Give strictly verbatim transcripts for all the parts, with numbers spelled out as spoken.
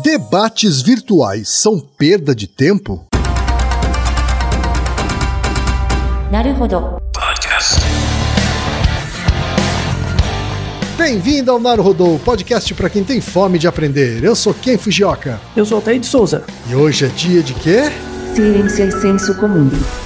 Debates virtuais são perda de tempo? Naruhodo. Bem-vindo ao Naruhodo, podcast para quem tem fome de aprender. Eu sou Ken Fujioka. Eu sou Altair de Souza. E hoje é dia de quê? Ciência e senso comum.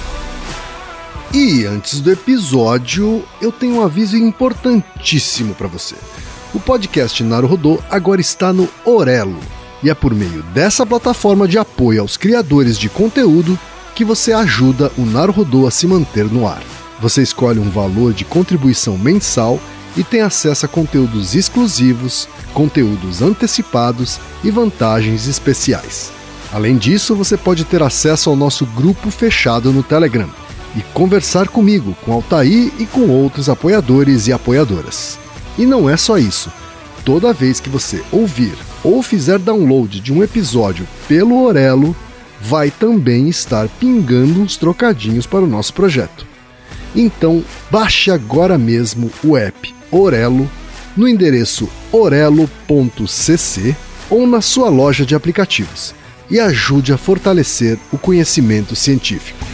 E antes do episódio, eu tenho um aviso importantíssimo para você. O podcast Naruhodo agora está no Orelo. E é por meio dessa plataforma de apoio aos criadores de conteúdo que você ajuda o Naruhodo a se manter no ar. Você escolhe um valor de contribuição mensal e tem acesso a conteúdos exclusivos, conteúdos antecipados e vantagens especiais. Além disso, você pode ter acesso ao nosso grupo fechado no Telegram e conversar comigo, com Altair e com outros apoiadores e apoiadoras. E não é só isso. Toda vez que você ouvir ou fizer download de um episódio pelo Orelo, vai também estar pingando uns trocadinhos para o nosso projeto. Então, baixe agora mesmo o app Orelo no endereço orelo ponto c c ou na sua loja de aplicativos e ajude a fortalecer o conhecimento científico.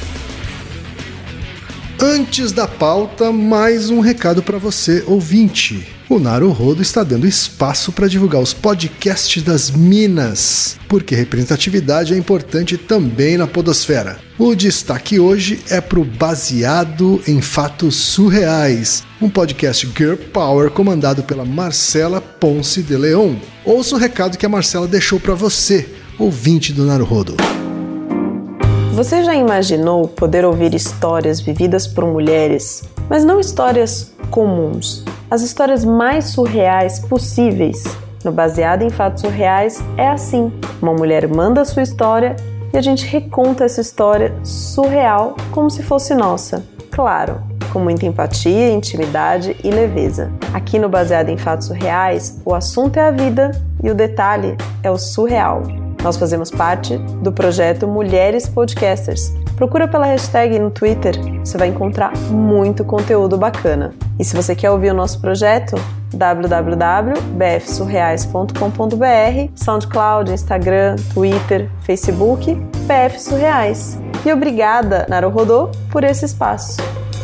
Antes da pauta, mais um recado para você, ouvinte. O Naruhodo está dando espaço para divulgar os podcasts das Minas, porque representatividade é importante também na podosfera. O destaque hoje é para o Baseado em Fatos Surreais, um podcast Girl Power comandado pela Marcela Ponce de Leon. Ouça o recado que a Marcela deixou para você, ouvinte do Naruhodo. Você já imaginou poder ouvir histórias vividas por mulheres, mas não histórias comuns, as histórias mais surreais possíveis? No Baseado em Fatos Surreais é assim, uma mulher manda a sua história e a gente reconta essa história surreal como se fosse nossa, claro, com muita empatia, intimidade e leveza. Aqui no Baseado em Fatos Surreais, o assunto é a vida e o detalhe é o surreal. Nós fazemos parte do projeto Mulheres Podcasters. Procura pela hashtag no Twitter, você vai encontrar muito conteúdo bacana. E se você quer ouvir o nosso projeto, w w w ponto b f surreais ponto com ponto b r, SoundCloud, Instagram, Twitter, Facebook, B F Surreais. E obrigada, Naruhodo, por esse espaço.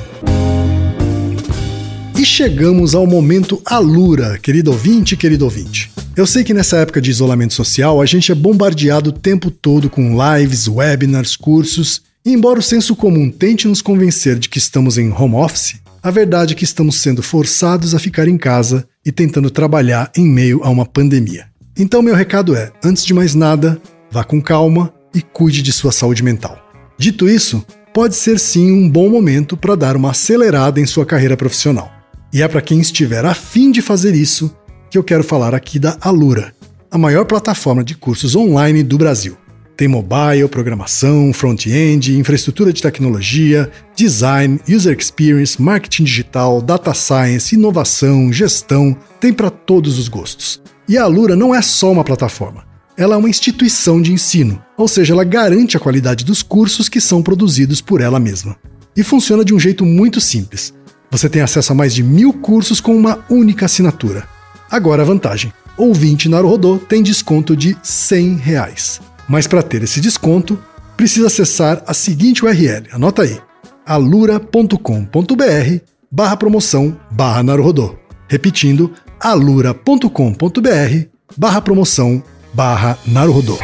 E chegamos ao momento Alura, querido ouvinte, querido ouvinte. Eu sei que nessa época de isolamento social a gente é bombardeado o tempo todo com lives, webinars, cursos, e embora o senso comum tente nos convencer de que estamos em home office, a verdade é que estamos sendo forçados a ficar em casa e tentando trabalhar em meio a uma pandemia. Então meu recado é, antes de mais nada, vá com calma e cuide de sua saúde mental. Dito isso, pode ser sim um bom momento para dar uma acelerada em sua carreira profissional. E é para quem estiver a fim de fazer isso que eu quero falar aqui da Alura, a maior plataforma de cursos online do Brasil. Tem mobile, programação, front-end, infraestrutura de tecnologia, design, user experience, marketing digital, data science, inovação, gestão, tem para todos os gostos. E a Alura não é só uma plataforma, ela é uma instituição de ensino, ou seja, ela garante a qualidade dos cursos que são produzidos por ela mesma. E funciona de um jeito muito simples. Você tem acesso a mais de mil cursos com uma única assinatura. Agora a vantagem, ouvinte Naruhodo tem desconto de cem reais. Mas para ter esse desconto, precisa acessar a seguinte U R L, anota aí, alura ponto com ponto b r barra promoção barra Naruhodo. Repetindo, alura ponto com ponto b r barra promoção barra Naruhodo.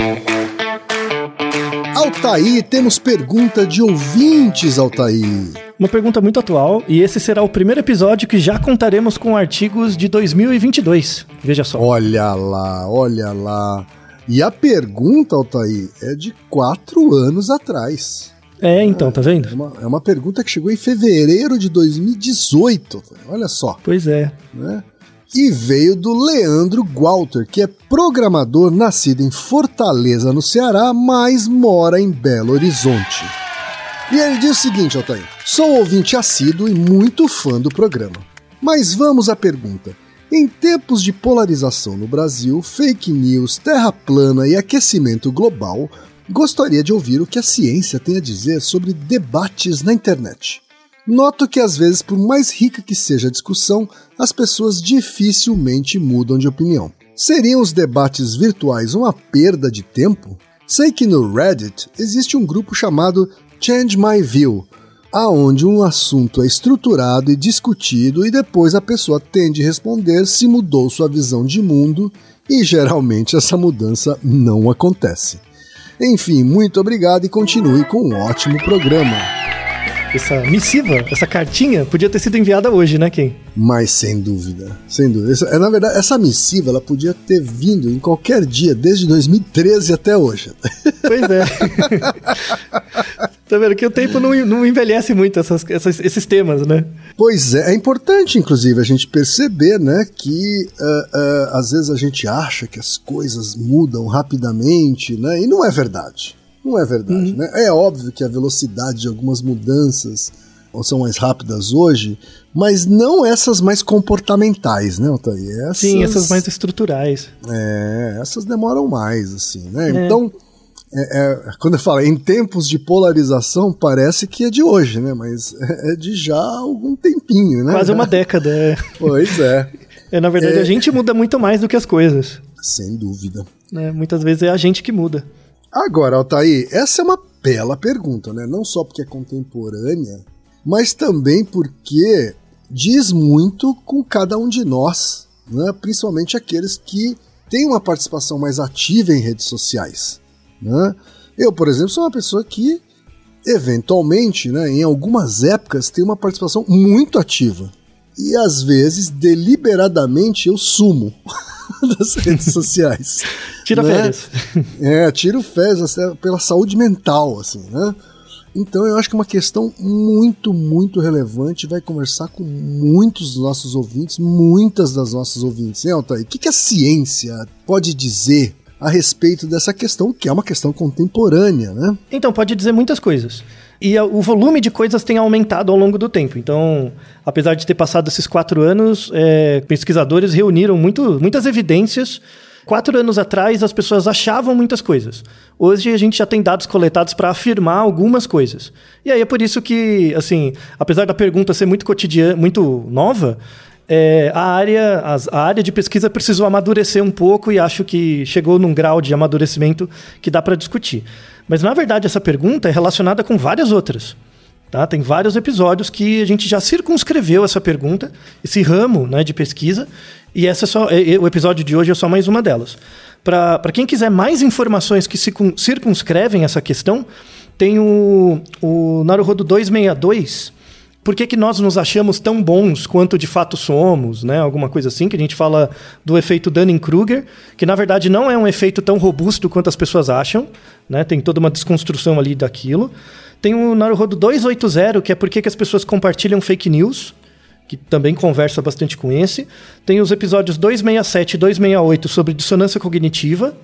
Altair, temos pergunta de ouvintes, Altair. Uma pergunta muito atual, e esse será o primeiro episódio que já contaremos com artigos de dois mil e vinte e dois. Veja só. Olha lá, olha lá. E a pergunta, Altair, é de quatro anos atrás. É, então, tá vendo? É uma, é uma pergunta que chegou em fevereiro de dois mil e dezoito. Olha só. Pois é. Né? E veio do Leandro Walter, que é programador nascido em Fortaleza, no Ceará, mas mora em Belo Horizonte. E ele diz o seguinte, Altair: sou ouvinte assíduo e muito fã do programa. Mas vamos à pergunta. Em tempos de polarização no Brasil, fake news, terra plana e aquecimento global, gostaria de ouvir o que a ciência tem a dizer sobre debates na internet. Noto que às vezes, por mais rica que seja a discussão, as pessoas dificilmente mudam de opinião. Seriam os debates virtuais uma perda de tempo? Sei que no Reddit existe um grupo chamado Change My View, aonde um assunto é estruturado e discutido e depois a pessoa tende a responder se mudou sua visão de mundo e geralmente essa mudança não acontece. Enfim, muito obrigado e continue com um ótimo programa. Essa missiva, essa cartinha, podia ter sido enviada hoje, né, Ken? Mas sem dúvida, sem dúvida. Essa, na verdade, essa missiva ela podia ter vindo em qualquer dia, desde dois mil e treze até hoje. Pois é. Tá vendo que o tempo não, não envelhece muito essas, essas, esses temas, né? Pois é, é importante, inclusive, a gente perceber, né, que uh, uh, às vezes a gente acha que as coisas mudam rapidamente, né, e não é verdade. Não é verdade, uhum. né? É óbvio que a velocidade de algumas mudanças são mais rápidas hoje, mas não essas mais comportamentais, né, Altair? Essas... Sim, essas mais estruturais. É, essas demoram mais, assim, né? É. Então, é, é, quando eu falo em tempos de polarização, parece que é de hoje, né? Mas é de já algum tempinho, né? Quase uma década, é. Pois é. é na verdade, é... a gente muda muito mais do que as coisas. Sem dúvida. É, muitas vezes é a gente que muda. Agora, Altair, essa é uma bela pergunta, né? Não só porque é contemporânea, mas também porque diz muito com cada um de nós, né? Principalmente aqueles que têm uma participação mais ativa em redes sociais, né? Eu, por exemplo, sou uma pessoa que, eventualmente, né, em algumas épocas, tem uma participação muito ativa. E, às vezes, deliberadamente, eu sumo das redes sociais. Tira né? férias. É, tiro férias pela saúde mental, assim, né? Então eu acho que é uma questão muito, muito relevante, vai conversar com muitos dos nossos ouvintes, muitas das nossas ouvintes. Hein, Altair? O que, que a ciência pode dizer a respeito dessa questão, que é uma questão contemporânea, né? Então, pode dizer muitas coisas. E o volume de coisas tem aumentado ao longo do tempo. Então, apesar de ter passado esses quatro anos, é, pesquisadores reuniram muito, muitas evidências. Quatro anos atrás, as pessoas achavam muitas coisas. Hoje, a gente já tem dados coletados para afirmar algumas coisas. E aí é por isso que, assim, apesar da pergunta ser muito cotidiana, muito nova, é, a, área, as, a área de pesquisa precisou amadurecer um pouco e acho que chegou num grau de amadurecimento que dá para discutir. Mas, na verdade, essa pergunta é relacionada com várias outras. Tá? Tem vários episódios que a gente já circunscreveu essa pergunta, esse ramo, né, de pesquisa, e essa é só, é, o episódio de hoje é só mais uma delas. Para quem quiser mais informações que circunscrevem essa questão, tem o, o Naruhodo duzentos e sessenta e dois, por que que nós nos achamos tão bons quanto de fato somos, né? Alguma coisa assim, que a gente fala do efeito Dunning-Kruger, que na verdade não é um efeito tão robusto quanto as pessoas acham, né? Tem toda uma desconstrução ali daquilo. Tem o Naruhodo duzentos e oitenta, que é por que que as pessoas compartilham fake news, que também conversa bastante com esse. Tem os episódios duzentos e sessenta e sete e duzentos e sessenta e oito sobre dissonância cognitiva,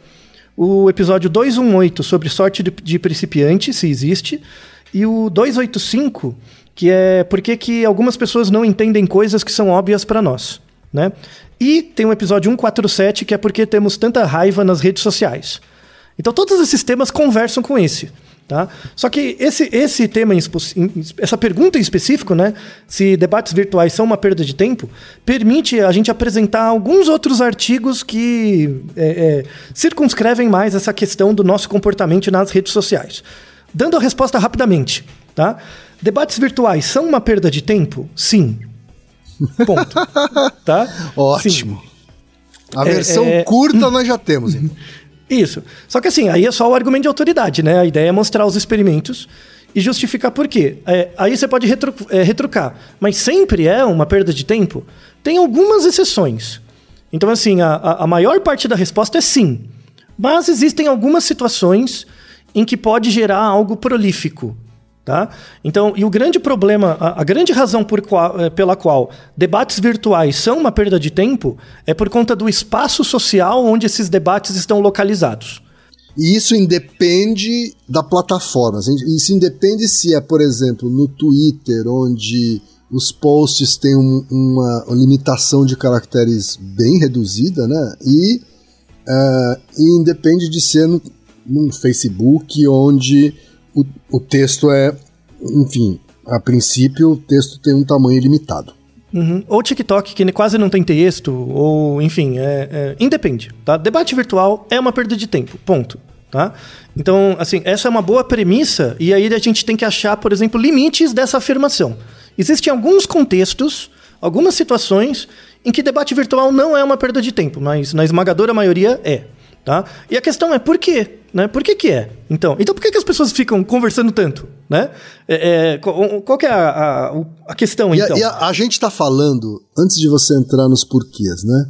o episódio duzentos e dezoito sobre sorte de, de principiante, se existe, e o duzentos e oitenta e cinco, que é por que que algumas pessoas não entendem coisas que são óbvias para nós, né? E tem o episódio cento e quarenta e sete, que é por que temos tanta raiva nas redes sociais. Então todos esses temas conversam com esse. Tá? Só que esse, esse tema, essa pergunta em específico, né, se debates virtuais são uma perda de tempo, permite a gente apresentar alguns outros artigos que é, é, circunscrevem mais essa questão do nosso comportamento nas redes sociais. Dando a resposta rapidamente, tá? Debates virtuais são uma perda de tempo? Sim. Ponto. Tá? Ótimo. Sim. A versão é, é... curta nós já temos, então. Isso. Só que assim, aí é só o argumento de autoridade, né? A ideia é mostrar os experimentos e justificar por quê. É, aí você pode retru, é, retrucar. Mas sempre é uma perda de tempo? Tem algumas exceções. Então, assim, a, a maior parte da resposta é sim. Mas existem algumas situações em que pode gerar algo prolífico. Tá? Então, e o grande problema, a, a grande razão por qual, é, pela qual debates virtuais são uma perda de tempo é por conta do espaço social onde esses debates estão localizados. E isso independe da plataforma. Isso independe se é, por exemplo, no Twitter, onde os posts têm um, uma limitação de caracteres bem reduzida, né? E, uh, e independe de ser no, no Facebook, onde O, o texto é, enfim, a princípio o texto tem um tamanho limitado. Uhum. Ou TikTok, que quase não tem texto, ou enfim, é, é, independe, tá? Debate virtual é uma perda de tempo, ponto, tá? Então, assim, essa é uma boa premissa, e aí a gente tem que achar, por exemplo, limites dessa afirmação. Existem alguns contextos, algumas situações, em que debate virtual não é uma perda de tempo, mas na esmagadora maioria é, tá? E a questão é por quê? Né? Por que que é? Então, então por que que as pessoas ficam conversando tanto? Né? É, é, qual, qual que é a, a, a questão, e então? A, e a, a gente está falando, antes de você entrar nos porquês, né?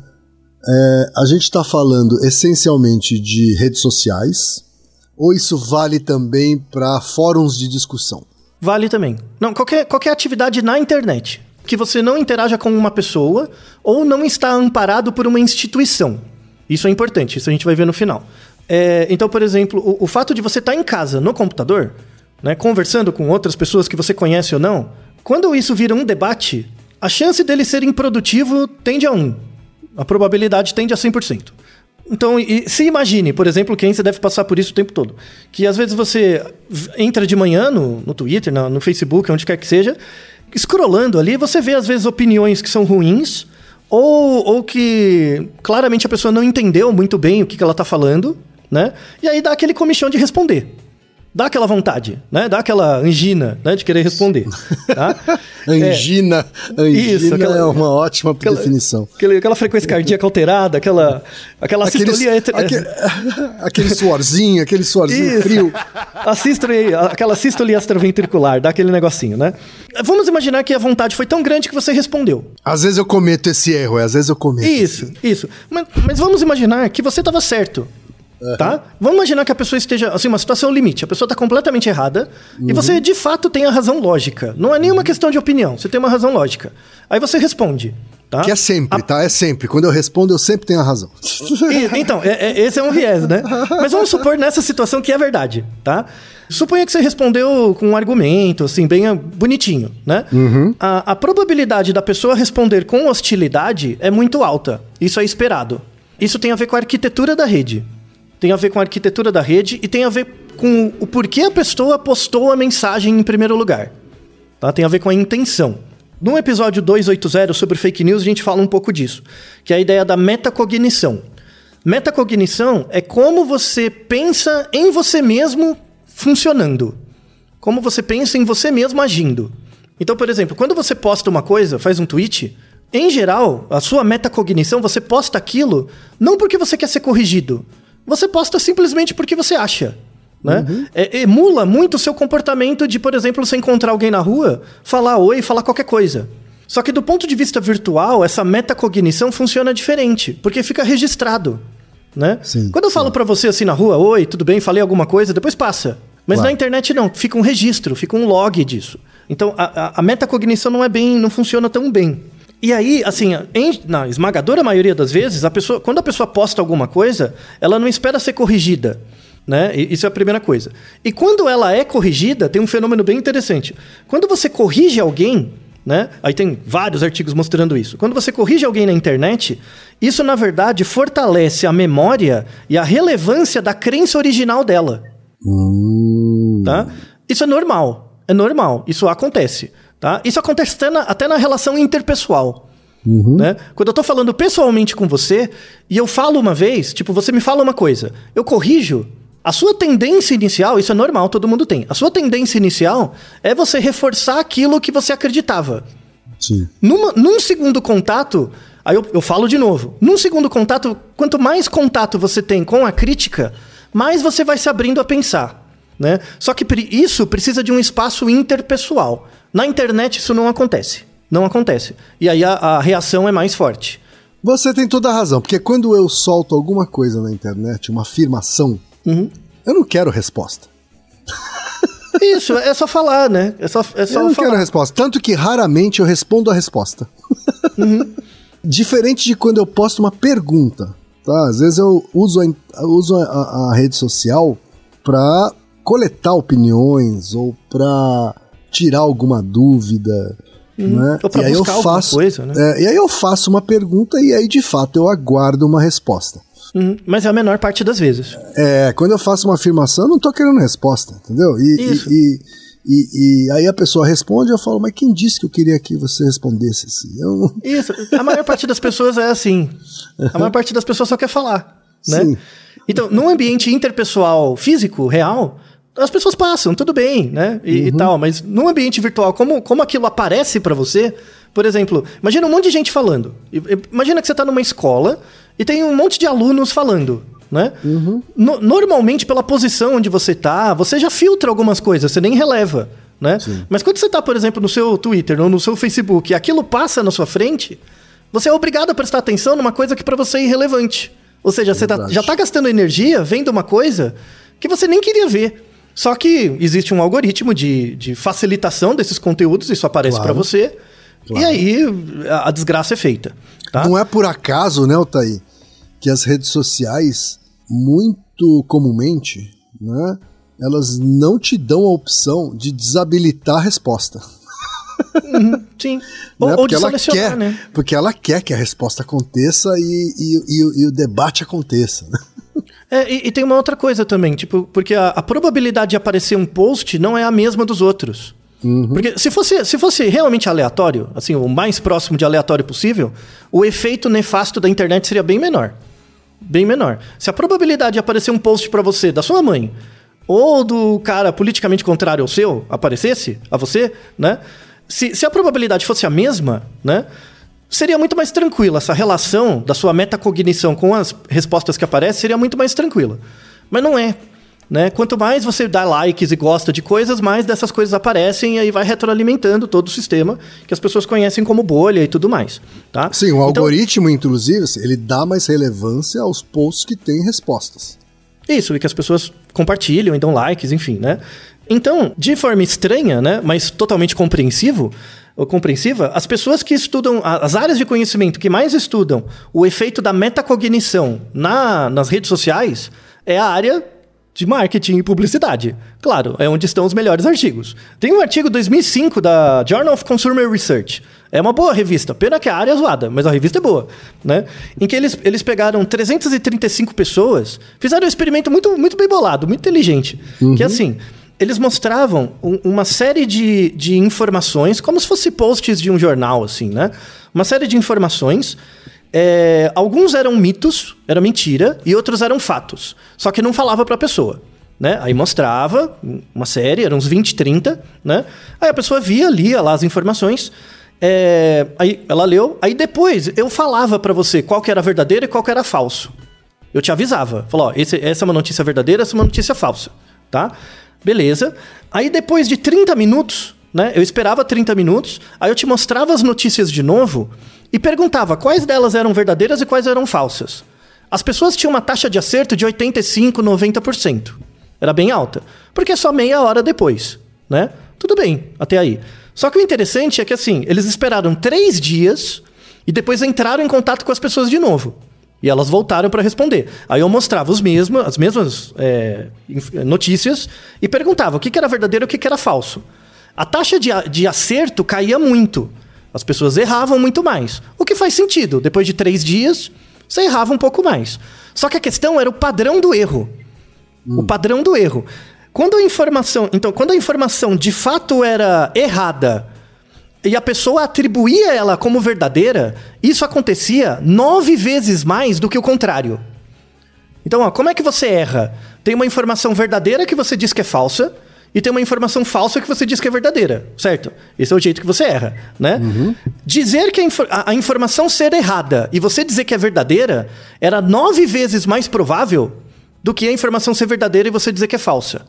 É, a gente está falando essencialmente de redes sociais, ou isso vale também para fóruns de discussão? Vale também. Não, qualquer, qualquer atividade na internet que você não interaja com uma pessoa ou não está amparado por uma instituição. Isso é importante, isso a gente vai ver no final. É, então, por exemplo, o, o fato de você estar em casa, no computador, né, conversando com outras pessoas que você conhece ou não, quando isso vira um debate, a chance dele ser improdutivo tende a um. A probabilidade tende a cem por cento. Então, e, se imagine, por exemplo, quem você deve passar por isso o tempo todo. Que às vezes você entra de manhã no, no Twitter, no, no Facebook, onde quer que seja, scrollando ali, você vê às vezes opiniões que são ruins, ou, ou que claramente a pessoa não entendeu muito bem o que, que ela está falando, né? E aí dá aquele comichão de responder. Dá aquela vontade, né? Dá aquela angina, né? De querer responder. Tá? angina. É, angina isso, aquela, é uma ótima aquela, definição. Aquela, aquela frequência cardíaca alterada, aquela, aquela aquele, sistolia... Aquele, aquele suorzinho, aquele suorzinho isso. frio. A sístole, aquela sístole extraventricular, dá aquele negocinho, né? Vamos imaginar que a vontade foi tão grande que você respondeu. Às vezes eu cometo esse erro, às vezes eu cometo. Isso, isso. Mas, mas vamos imaginar que você estava certo. Uhum. Tá? Vamos imaginar que a pessoa esteja, assim, uma situação limite. A pessoa está completamente errada uhum. e você, de fato, tem a razão lógica. Não é nenhuma questão de opinião. Você tem uma razão lógica. Aí você responde. Tá? Que é sempre, a... tá? É sempre. Quando eu respondo, eu sempre tenho a razão. E, então, é, é, esse é um viés, né? Mas vamos supor nessa situação que é verdade, tá? Suponha que você respondeu com um argumento, assim, bem bonitinho, né? Uhum. A, a probabilidade da pessoa responder com hostilidade é muito alta. Isso é esperado. Isso tem a ver com a arquitetura da rede. Tem a ver com a arquitetura da rede e tem a ver com o porquê a pessoa postou a mensagem em primeiro lugar. Tá? Tem a ver com a intenção. No episódio duzentos e oitenta sobre fake news, a gente fala um pouco disso, que é a ideia da metacognição. Metacognição é como você pensa em você mesmo funcionando. Como você pensa em você mesmo agindo. Então, por exemplo, quando você posta uma coisa, faz um tweet, em geral, a sua metacognição, você posta aquilo não porque você quer ser corrigido. Você posta simplesmente porque você acha, né? Uhum. É, emula muito o seu comportamento de, por exemplo, você encontrar alguém na rua, falar oi, falar qualquer coisa. Só que do ponto de vista virtual, essa metacognição funciona diferente, porque fica registrado, né? Sim, Quando eu falo pra você assim na rua, oi, tudo bem, falei alguma coisa, depois passa. Mas claro. Na internet não, fica um registro, fica um log disso. Então a, a, a metacognição não é bem, não funciona tão bem. E aí, assim, em, na esmagadora maioria das vezes, a pessoa, quando a pessoa posta alguma coisa, ela não espera ser corrigida, né? Isso é a primeira coisa. E quando ela é corrigida, tem um fenômeno bem interessante. Quando você corrige alguém, né? Aí tem vários artigos mostrando isso. Quando você corrige alguém na internet, isso, na verdade, fortalece a memória e a relevância da crença original dela. Hum. Tá? Isso é normal. É normal. Isso acontece. Tá? Isso acontece até na, até na relação interpessoal. Uhum. Né? Quando eu tô falando pessoalmente com você e eu falo uma vez, tipo, você me fala uma coisa, eu corrijo, a sua tendência inicial, isso é normal, todo mundo tem. A sua tendência inicial é você reforçar aquilo que você acreditava. Sim. Numa, num segundo contato, aí eu, eu falo de novo, num segundo contato, quanto mais contato você tem com a crítica, mais você vai se abrindo a pensar. Né? Só que isso precisa de um espaço interpessoal. Na internet isso não acontece. Não acontece. E aí a, a reação é mais forte. Você tem toda a razão, porque quando eu solto alguma coisa na internet, uma afirmação, uhum. eu não quero resposta. Isso, é só falar, né? É só, é só eu não falar. quero resposta. Tanto que raramente eu respondo a resposta. Uhum. Diferente de quando eu posto uma pergunta. Tá? Às vezes eu uso a, uso a, a rede social para coletar opiniões ou para tirar alguma dúvida, hum, né? Ou pra e aí buscar eu faço, alguma coisa, né? É, e aí eu faço uma pergunta e aí de fato eu aguardo uma resposta. Hum, mas é a menor parte das vezes. É, quando eu faço uma afirmação eu não tô querendo resposta, entendeu? E, Isso. E, E, e aí a pessoa responde, eu falo, mas quem disse que eu queria que você respondesse assim? Eu não... Isso, a maior parte das pessoas é assim. A maior parte das pessoas só quer falar, né? Sim. Então, num ambiente interpessoal físico, real, as pessoas passam, tudo bem, né? E, uhum. e tal, mas num ambiente virtual, como, como aquilo aparece pra você, por exemplo, imagina um monte de gente falando. Imagina que você tá numa escola e tem um monte de alunos falando. Né? Uhum. No, normalmente, pela posição onde você tá, você já filtra algumas coisas, você nem releva, né? Mas quando você tá, por exemplo, no seu Twitter ou no seu Facebook e aquilo passa na sua frente, você é obrigado a prestar atenção numa coisa que para você é irrelevante. Ou seja, é você tá, já tá gastando energia vendo uma coisa que você nem queria ver. Só que existe um algoritmo de, de facilitação desses conteúdos, isso aparece claro. Para você, claro. E aí a, a desgraça é feita. Tá? Não é por acaso, né, Altair, que as redes sociais, muito comumente, né, elas não te dão a opção de desabilitar a resposta. Uhum, sim. Ou, né? ou de ela selecionar, quer, né? Porque ela quer que a resposta aconteça e, e, e, e o debate aconteça. Né? É, e, e tem uma outra coisa também, tipo, porque a, a probabilidade de aparecer um post não é a mesma dos outros. Uhum. Porque se fosse, se fosse realmente aleatório, assim, o mais próximo de aleatório possível, o efeito nefasto da internet seria bem menor. Bem menor. Se a probabilidade de aparecer um post pra você da sua mãe ou do cara politicamente contrário ao seu aparecesse a você, né? Se, se a probabilidade fosse a mesma, né? Seria muito mais tranquila. Essa relação da sua metacognição com as respostas que aparecem seria muito mais tranquila. Mas não é. Né? Quanto mais você dá likes e gosta de coisas, mais dessas coisas aparecem e aí vai retroalimentando todo o sistema que as pessoas conhecem como bolha e tudo mais. Tá? Sim, o então, algoritmo, inclusive, ele dá mais relevância aos posts que têm respostas. Isso, e que as pessoas compartilham e dão likes, enfim, né? Então, de forma estranha, né, mas totalmente compreensivo, ou compreensiva, as pessoas que estudam, as áreas de conhecimento que mais estudam o efeito da metacognição na, nas redes sociais é a área de marketing e publicidade. Claro, é onde estão os melhores artigos. Tem um artigo de dois mil e cinco da Journal of Consumer Research. É uma boa revista. Pena que a área é zoada, mas a revista é boa. Né? Em que eles, eles pegaram trezentas e trinta e cinco pessoas, fizeram um experimento muito, muito bem bolado, muito inteligente. Uhum. Que assim, eles mostravam um, uma série de, de informações, como se fosse posts de um jornal, assim, né? Uma série de informações. É, alguns eram mitos, era mentira, e outros eram fatos. Só que não falava pra pessoa, né? Aí mostrava uma série, eram uns vinte, trinta, né? Aí a pessoa via, lia lá as informações, é, aí ela leu, aí depois eu falava pra você qual que era verdadeiro e qual que era falso. Eu te avisava, falou, ó, esse, essa é uma notícia verdadeira, essa é uma notícia falsa, tá? Beleza. Aí depois de trinta minutos, né? Eu esperava trinta minutos, aí eu te mostrava as notícias de novo e perguntava quais delas eram verdadeiras e quais eram falsas. As pessoas tinham uma taxa de acerto de oitenta e cinco, noventa por cento. Era bem alta. Porque é só meia hora depois, né? Tudo bem, até aí. Só que o interessante é que, assim, eles esperaram três dias e depois entraram em contato com as pessoas de novo. E elas voltaram para responder. Aí eu mostrava os mesmos, as mesmas é, notícias e perguntava o que era verdadeiro e o que era falso. A taxa de, de acerto caía muito. As pessoas erravam muito mais. O que faz sentido. Depois de três dias, você errava um pouco mais. Só que a questão era o padrão do erro. Hum. O padrão do erro. Quando a informação... Então, quando a informação de fato era errada e a pessoa atribuía ela como verdadeira, isso acontecia nove vezes mais do que o contrário. Então, ó, como é que você erra? Tem uma informação verdadeira que você diz que é falsa, e tem uma informação falsa que você diz que é verdadeira, certo? Esse é o jeito que você erra, né? Uhum. Dizer que a, infor- a, a informação ser errada e você dizer que é verdadeira era nove vezes mais provável do que a informação ser verdadeira e você dizer que é falsa.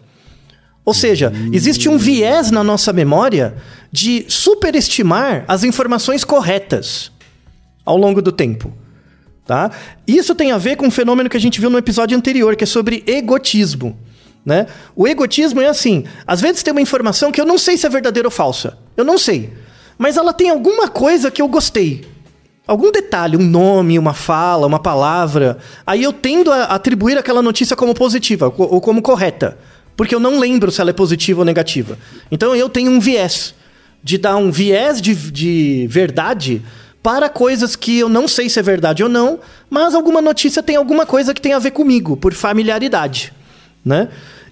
Ou seja, uhum. existe um viés na nossa memória de superestimar as informações corretas ao longo do tempo, tá? Isso tem a ver com um fenômeno que a gente viu no episódio anterior, que é sobre egotismo. Né? O egotismo é assim, às vezes tem uma informação que eu não sei se é verdadeira ou falsa, eu não sei, mas ela tem alguma coisa que eu gostei, algum detalhe, um nome, uma fala, uma palavra, aí eu tendo a atribuir aquela notícia como positiva ou como correta, porque eu não lembro se ela é positiva ou negativa. Então eu tenho um viés de dar um viés de, de verdade para coisas que eu não sei se é verdade ou não, mas alguma notícia tem alguma coisa que tem a ver comigo, por familiaridade. Né?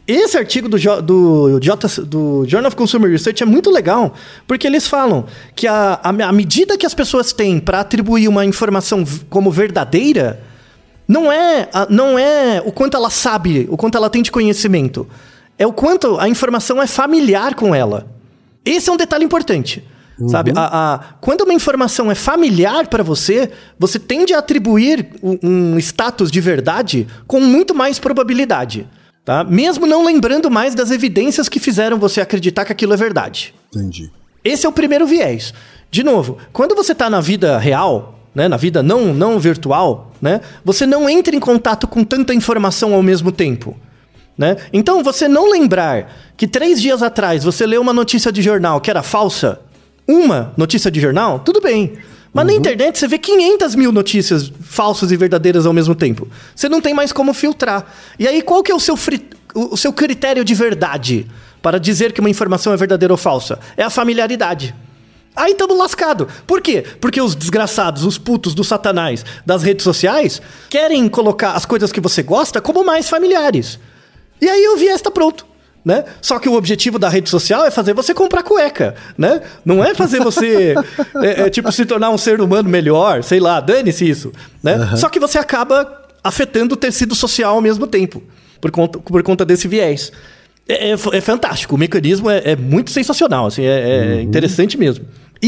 Esse artigo do, do, do Journal of Consumer Research é muito legal, porque eles falam que a, a, a medida que as pessoas têm para atribuir uma informação como verdadeira não é, não é o quanto ela sabe, o quanto ela tem de conhecimento. É o quanto a informação é familiar com ela. Esse é um detalhe importante. Uhum. Sabe? A, a, quando uma informação é familiar para você, você tende a atribuir um, um status de verdade com muito mais probabilidade. Tá? Mesmo não lembrando mais das evidências que fizeram você acreditar que aquilo é verdade. Entendi. Esse é o primeiro viés. De novo, quando você está na vida real, né, na vida não, não virtual, né, você não entra em contato com tanta informação ao mesmo tempo. Né? Então, você não lembrar que três dias atrás você leu uma notícia de jornal que era falsa, uma notícia de jornal, tudo bem. Mas uhum. na internet você vê quinhentas mil notícias falsas e verdadeiras ao mesmo tempo. Você não tem mais como filtrar. E aí, qual que é o seu, fri... o seu critério de verdade para dizer que uma informação é verdadeira ou falsa? É a familiaridade. Aí estamos lascados. Por quê? Porque os desgraçados, os putos do satanás das redes sociais querem colocar as coisas que você gosta como mais familiares. E aí o viés está pronto. Né? Só que o objetivo da rede social é fazer você comprar cueca, né? Não é fazer você é, é, tipo, se tornar um ser humano melhor, sei lá, dane-se isso, né? Uhum. Só que você acaba afetando o tecido social ao mesmo tempo, por conta, por conta desse viés. É, é, é fantástico, o mecanismo é, é muito sensacional, assim, é, é uhum. interessante mesmo.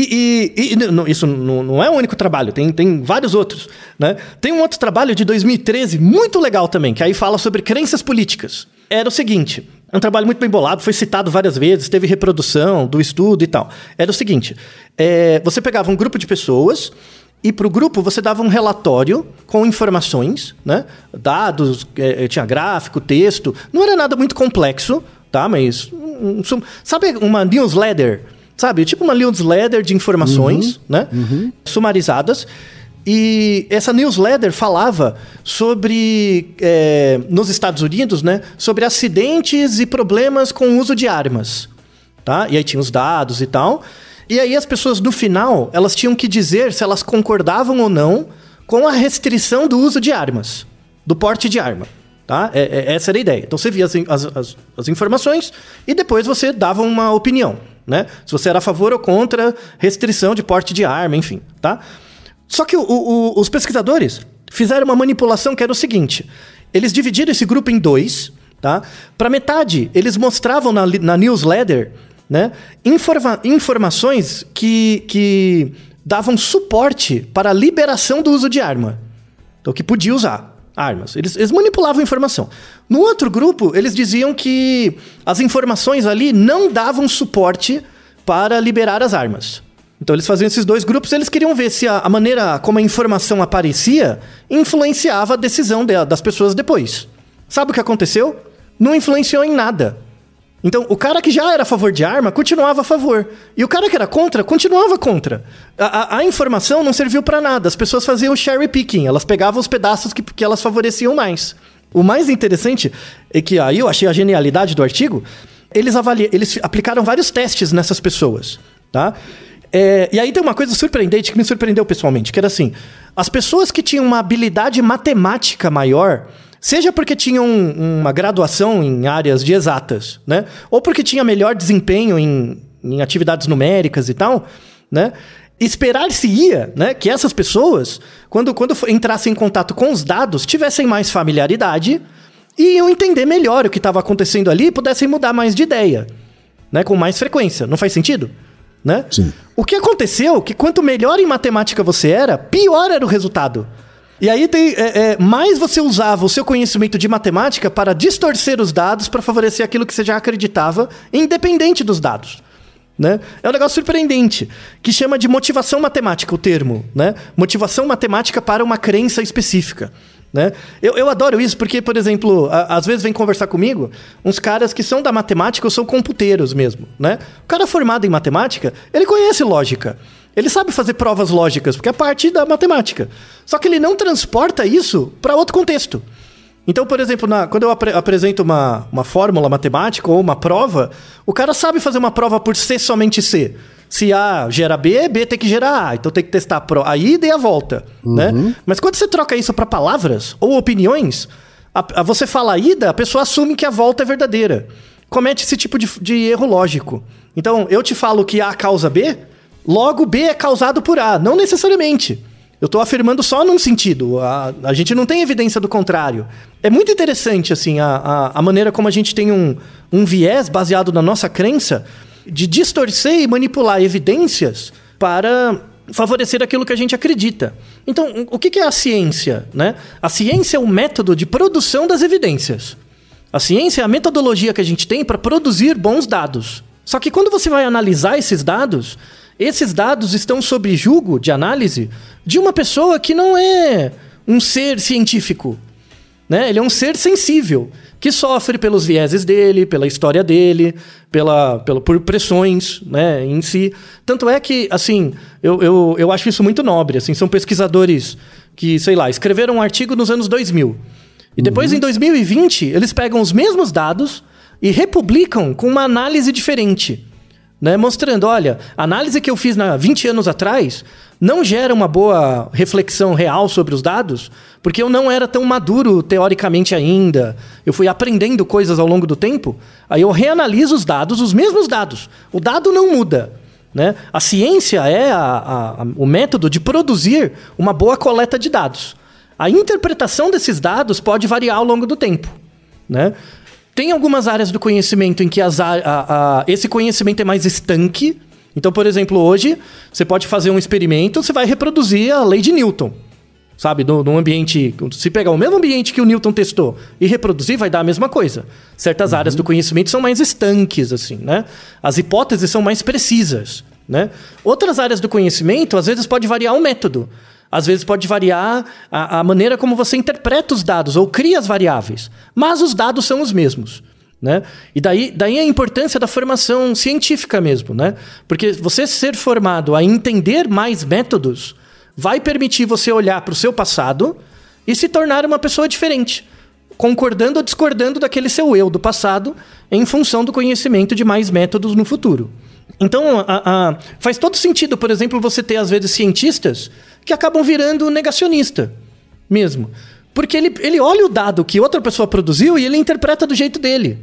E, e, e não, isso não, não é o único trabalho, tem, tem vários outros, né? Tem um outro trabalho de dois mil e treze, muito legal também, que aí fala sobre crenças políticas. Era o seguinte, é um trabalho muito bem bolado, foi citado várias vezes, teve reprodução do estudo e tal. Era o seguinte, é, você pegava um grupo de pessoas e para o grupo você dava um relatório com informações, né? Dados, é, tinha gráfico, texto, não era nada muito complexo, tá? Mas, um, um, sabe uma newsletter? Sabe, tipo uma newsletter de informações, uhum, né? Uhum. Sumarizadas. E essa newsletter falava sobre, é, nos Estados Unidos, né? Sobre acidentes e problemas com o uso de armas, tá? E aí tinha os dados e tal. E aí as pessoas, no final, elas tinham que dizer se elas concordavam ou não com a restrição do uso de armas, do porte de arma. Tá? É, é, essa era a ideia. Então você via as, as, as informações e depois você dava uma opinião, né? Se você era a favor ou contra restrição de porte de arma, enfim, tá? Só que o, o, os pesquisadores fizeram uma manipulação que era o seguinte, eles dividiram esse grupo em dois, tá? Para metade, eles mostravam na, na newsletter, né, informa, informações que, que davam suporte para a liberação do uso de arma. Então, que podia usar armas. Eles, eles manipulavam a informação. No outro grupo, eles diziam que as informações ali não davam suporte para liberar as armas. Então, eles faziam esses dois grupos, eles queriam ver se a, a maneira como a informação aparecia influenciava a decisão de, das pessoas depois. Sabe o que aconteceu? Não influenciou em nada. Então, o cara que já era a favor de arma, continuava a favor. E o cara que era contra, continuava contra. A, a, a informação não serviu para nada. As pessoas faziam cherry picking. Elas pegavam os pedaços que, que elas favoreciam mais. O mais interessante é que aí eu achei a genialidade do artigo. Eles, avalia, eles aplicaram vários testes nessas pessoas, tá? É, e aí tem uma coisa surpreendente que me surpreendeu pessoalmente, que era assim, as pessoas que tinham uma habilidade matemática maior, seja porque tinham uma graduação em áreas de exatas, né? Ou porque tinha melhor desempenho em, em atividades numéricas e tal, né? Esperar-se-ia, né, que essas pessoas, quando, quando entrassem em contato com os dados, tivessem mais familiaridade e iam entender melhor o que estava acontecendo ali e pudessem mudar mais de ideia, né, com mais frequência. Não faz sentido? Né? Sim. O que aconteceu é que quanto melhor em matemática você era, pior era o resultado. E aí tem, é, é, mais você usava o seu conhecimento de matemática para distorcer os dados para favorecer aquilo que você já acreditava, independente dos dados. Né? É um negócio surpreendente, que chama de motivação matemática o termo. Né? Motivação matemática para uma crença específica. Né? Eu, eu adoro isso porque, por exemplo, a, às vezes vem conversar comigo uns caras que são da matemática ou são computeiros mesmo, né? O cara formado em matemática, ele conhece lógica, ele sabe fazer provas lógicas, porque é parte da matemática. Só que ele não transporta isso para outro contexto. Então, por exemplo, na, quando eu apre, apresento uma, uma fórmula matemática ou uma prova, o cara sabe fazer uma prova por C somente C. Se A gera B, B tem que gerar A. Então tem que testar a ida e a volta. Uhum. Né? Mas quando você troca isso para palavras ou opiniões, A, a você fala a ida, a pessoa assume que a volta é verdadeira. Comete esse tipo de, de erro lógico. Então, eu te falo que A causa B, logo B é causado por A. Não necessariamente. Eu estou afirmando só num sentido. A, a gente não tem evidência do contrário. É muito interessante, assim, a, a, a maneira como a gente tem um, um viés baseado na nossa crença de distorcer e manipular evidências para favorecer aquilo que a gente acredita. Então, o que é a ciência, né? A ciência é o método de produção das evidências. A ciência é a metodologia que a gente tem para produzir bons dados. Só que quando você vai analisar esses dados, esses dados estão sob julgo de análise de uma pessoa que não é um ser científico, né? Ele é um ser sensível, que sofre pelos vieses dele, pela história dele, pela, pela, por pressões, né, em si. Tanto é que, assim, eu, eu, eu acho isso muito nobre. Assim, são pesquisadores que, sei lá, escreveram um artigo nos anos dois mil. E depois, uhum. em dois mil e vinte, eles pegam os mesmos dados e republicam com uma análise diferente. Né, mostrando, olha, a análise que eu fiz há vinte anos atrás não gera uma boa reflexão real sobre os dados, porque eu não era tão maduro teoricamente ainda. Eu fui aprendendo coisas ao longo do tempo, aí eu reanaliso os dados, os mesmos dados. O dado não muda. Né? A ciência é a, a, a, o método de produzir uma boa coleta de dados. A interpretação desses dados pode variar ao longo do tempo. Né? Tem algumas áreas do conhecimento em que as, a, a, esse conhecimento é mais estanque. Então, por exemplo, hoje, você pode fazer um experimento, você vai reproduzir a lei de Newton. Sabe? No, no ambiente... Se pegar o mesmo ambiente que o Newton testou e reproduzir, vai dar a mesma coisa. Certas uhum. áreas do conhecimento são mais estanques, assim, né? As hipóteses são mais precisas, né? Outras áreas do conhecimento, às vezes, pode variar o método. Às vezes pode variar a, a maneira como você interpreta os dados ou cria as variáveis. Mas os dados são os mesmos. Né? E daí, daí a importância da formação científica mesmo. Né? Porque você ser formado a entender mais métodos vai permitir você olhar para o seu passado e se tornar uma pessoa diferente. Concordando ou discordando daquele seu eu do passado em função do conhecimento de mais métodos no futuro. Então, a, a, faz todo sentido, por exemplo, você ter, às vezes, cientistas que acabam virando negacionista mesmo. Porque ele, ele olha o dado que outra pessoa produziu e ele interpreta do jeito dele.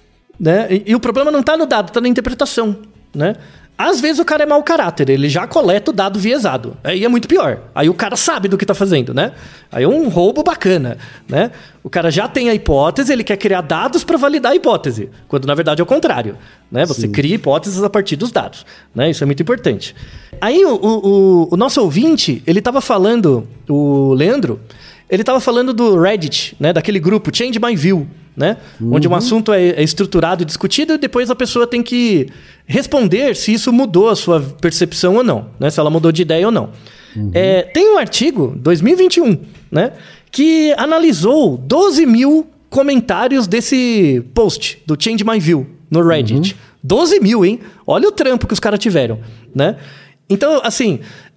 Né? E, e o problema não está no dado, está na interpretação. Né? Às vezes o cara é mau caráter, ele já coleta o dado viesado. Aí é muito pior. Aí o cara sabe do que está fazendo, né? Aí é um roubo bacana, né? O cara já tem a hipótese, ele quer criar dados para validar a hipótese. Quando na verdade é o contrário, né? Você Sim. cria hipóteses a partir dos dados, né? Isso é muito importante. Aí o, o, o nosso ouvinte, ele estava falando, o Leandro, ele estava falando do Reddit, né? Daquele grupo Change My View, né? Uhum. Onde um assunto é, é estruturado e discutido e depois a pessoa tem que responder se isso mudou a sua percepção ou não, né? Se ela mudou de ideia ou não. Uhum. É, tem um artigo, dois mil e vinte e um, né? Que analisou doze mil comentários desse post do Change My View no Reddit. Uhum. doze mil, hein? Olha o trampo que os caras tiveram, né? Então, assim,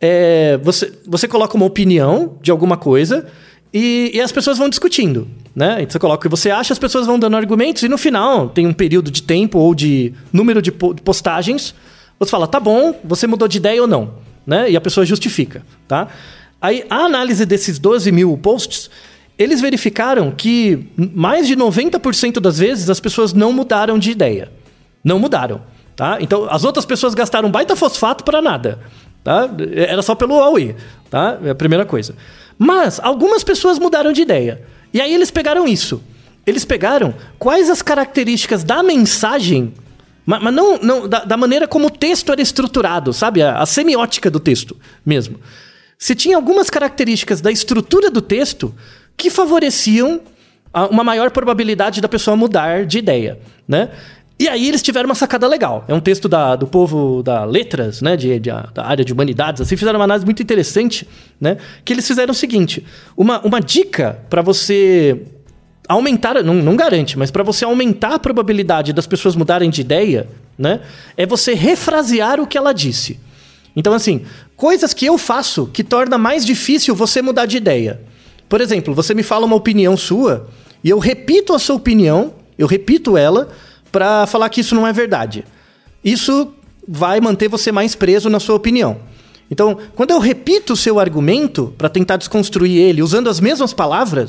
é, você, você coloca uma opinião de alguma coisa e, e as pessoas vão discutindo, né? Então, você coloca o que você acha, as pessoas vão dando argumentos e no final tem um período de tempo ou de número de postagens. Você fala, tá bom, você mudou de ideia ou não, né? E a pessoa justifica, tá? Aí, a análise desses doze mil posts, eles verificaram que mais de noventa por cento das vezes as pessoas não mudaram de ideia. Não mudaram, tá? Então, as outras pessoas gastaram baita fosfato para nada, tá? Era só pelo Huawei, tá? É a primeira coisa. Mas algumas pessoas mudaram de ideia. E aí eles pegaram isso. Eles pegaram quais as características da mensagem, mas, mas não, não da, da maneira como o texto era estruturado, sabe? A, a semiótica do texto mesmo. Se tinha algumas características da estrutura do texto que favoreciam a, uma maior probabilidade da pessoa mudar de ideia, né? E aí eles tiveram uma sacada legal. É um texto da, do povo da letras, né, de, de, da área de humanidades, assim, fizeram uma análise muito interessante, né, que eles fizeram o seguinte, uma, uma dica para você aumentar, não, não garante, mas para você aumentar a probabilidade das pessoas mudarem de ideia, né, é você refrasear o que ela disse. Então, assim, coisas que eu faço que torna mais difícil você mudar de ideia. Por exemplo, você me fala uma opinião sua e eu repito a sua opinião, eu repito ela, para falar que isso não é verdade. Isso vai manter você mais preso na sua opinião. Então, quando eu repito o seu argumento para tentar desconstruir ele usando as mesmas palavras,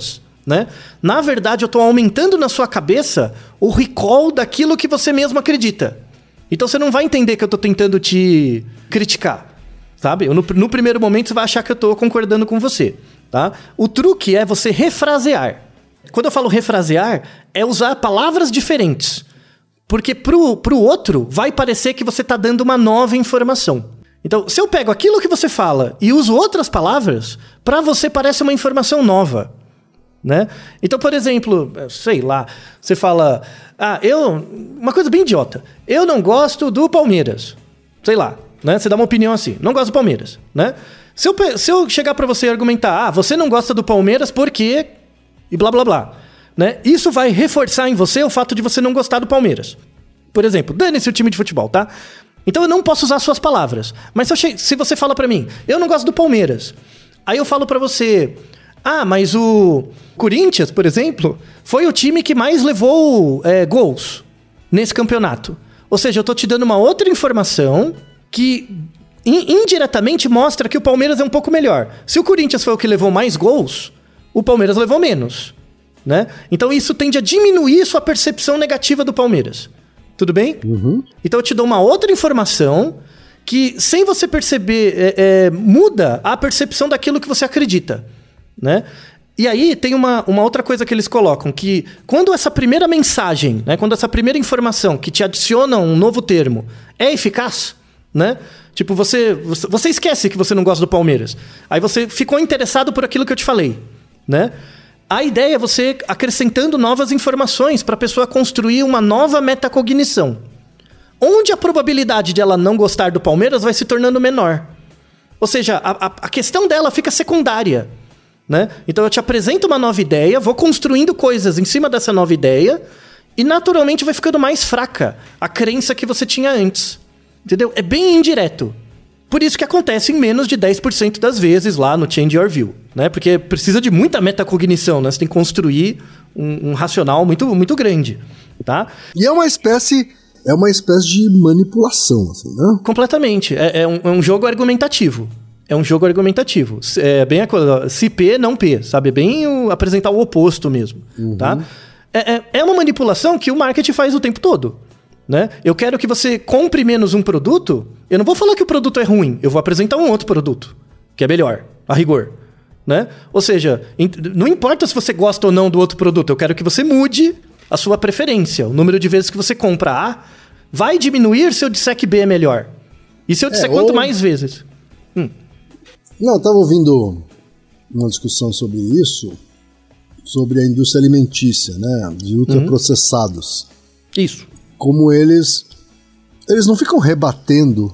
né? Na verdade, eu estou aumentando na sua cabeça o recall daquilo que você mesmo acredita. Então você não vai entender que eu estou tentando te criticar, sabe? No, no primeiro momento você vai achar que eu estou concordando com você, tá? O truque é você refrasear. Quando eu falo refrasear, é usar palavras diferentes. Porque pro, pro outro vai parecer que você está dando uma nova informação. Então, se eu pego aquilo que você fala e uso outras palavras, para você parece uma informação nova, né? Então, por exemplo, sei lá, você fala... Ah, eu... Uma coisa bem idiota. Eu não gosto do Palmeiras. Sei lá, né? Você dá uma opinião assim. Não gosto do Palmeiras, né? Se eu, se eu chegar para você e argumentar... Ah, você não gosta do Palmeiras porque... E blá, blá, blá. Né? Isso vai reforçar em você o fato de você não gostar do Palmeiras. Por exemplo, dane-se o time de futebol, tá? Então eu não posso usar suas palavras. Mas se, eu che... se você fala pra mim, eu não gosto do Palmeiras. Aí eu falo pra você, ah, mas o Corinthians, por exemplo, foi o time que mais levou é, gols nesse campeonato. Ou seja, eu tô te dando uma outra informação que in- indiretamente mostra que o Palmeiras é um pouco melhor. Se o Corinthians foi o que levou mais gols, o Palmeiras levou menos, né? Então isso tende a diminuir sua percepção negativa do Palmeiras. Tudo bem? Uhum. Então eu te dou uma outra informação que, sem você perceber, é, é, muda a percepção daquilo que você acredita, né? E aí tem uma, uma outra coisa que eles colocam, que quando essa primeira mensagem, né, quando essa primeira informação que te adiciona um novo termo é eficaz, né? Tipo, você, você esquece que você não gosta do Palmeiras. Aí você ficou interessado por aquilo que eu te falei, né? A ideia é você acrescentando novas informações para a pessoa construir uma nova metacognição. Onde a probabilidade de ela não gostar do Palmeiras vai se tornando menor. Ou seja, a, a, a questão dela fica secundária, né? Então eu te apresento uma nova ideia, vou construindo coisas em cima dessa nova ideia e naturalmente vai ficando mais fraca a crença que você tinha antes. Entendeu? É bem indireto. Por isso que acontece em menos de dez por cento das vezes lá no Change Your View, né? Porque precisa de muita metacognição, né? Você tem que construir um, um racional muito, muito grande, tá? E é uma espécie, é uma espécie de manipulação, assim, né? Completamente. É, é, um, é um jogo argumentativo. É um jogo argumentativo. É bem a coisa, se P, não P, sabe? É bem o, apresentar o oposto mesmo, uhum. Tá? É, é, é uma manipulação que o marketing faz o tempo todo. Né? Eu quero que você compre menos um produto. Eu não vou falar que o produto é ruim. Eu vou apresentar um outro produto que é melhor, a rigor, né? Ou seja, não importa se você gosta ou não do outro produto. Eu quero que você mude a sua preferência. O número de vezes que você compra A vai diminuir se eu disser que B é melhor. E se eu disser é, quanto ou... mais vezes? Hum. Não, eu estava ouvindo uma discussão sobre isso, sobre a indústria alimentícia, né? De ultraprocessados. Uhum. Isso. Como eles eles não ficam rebatendo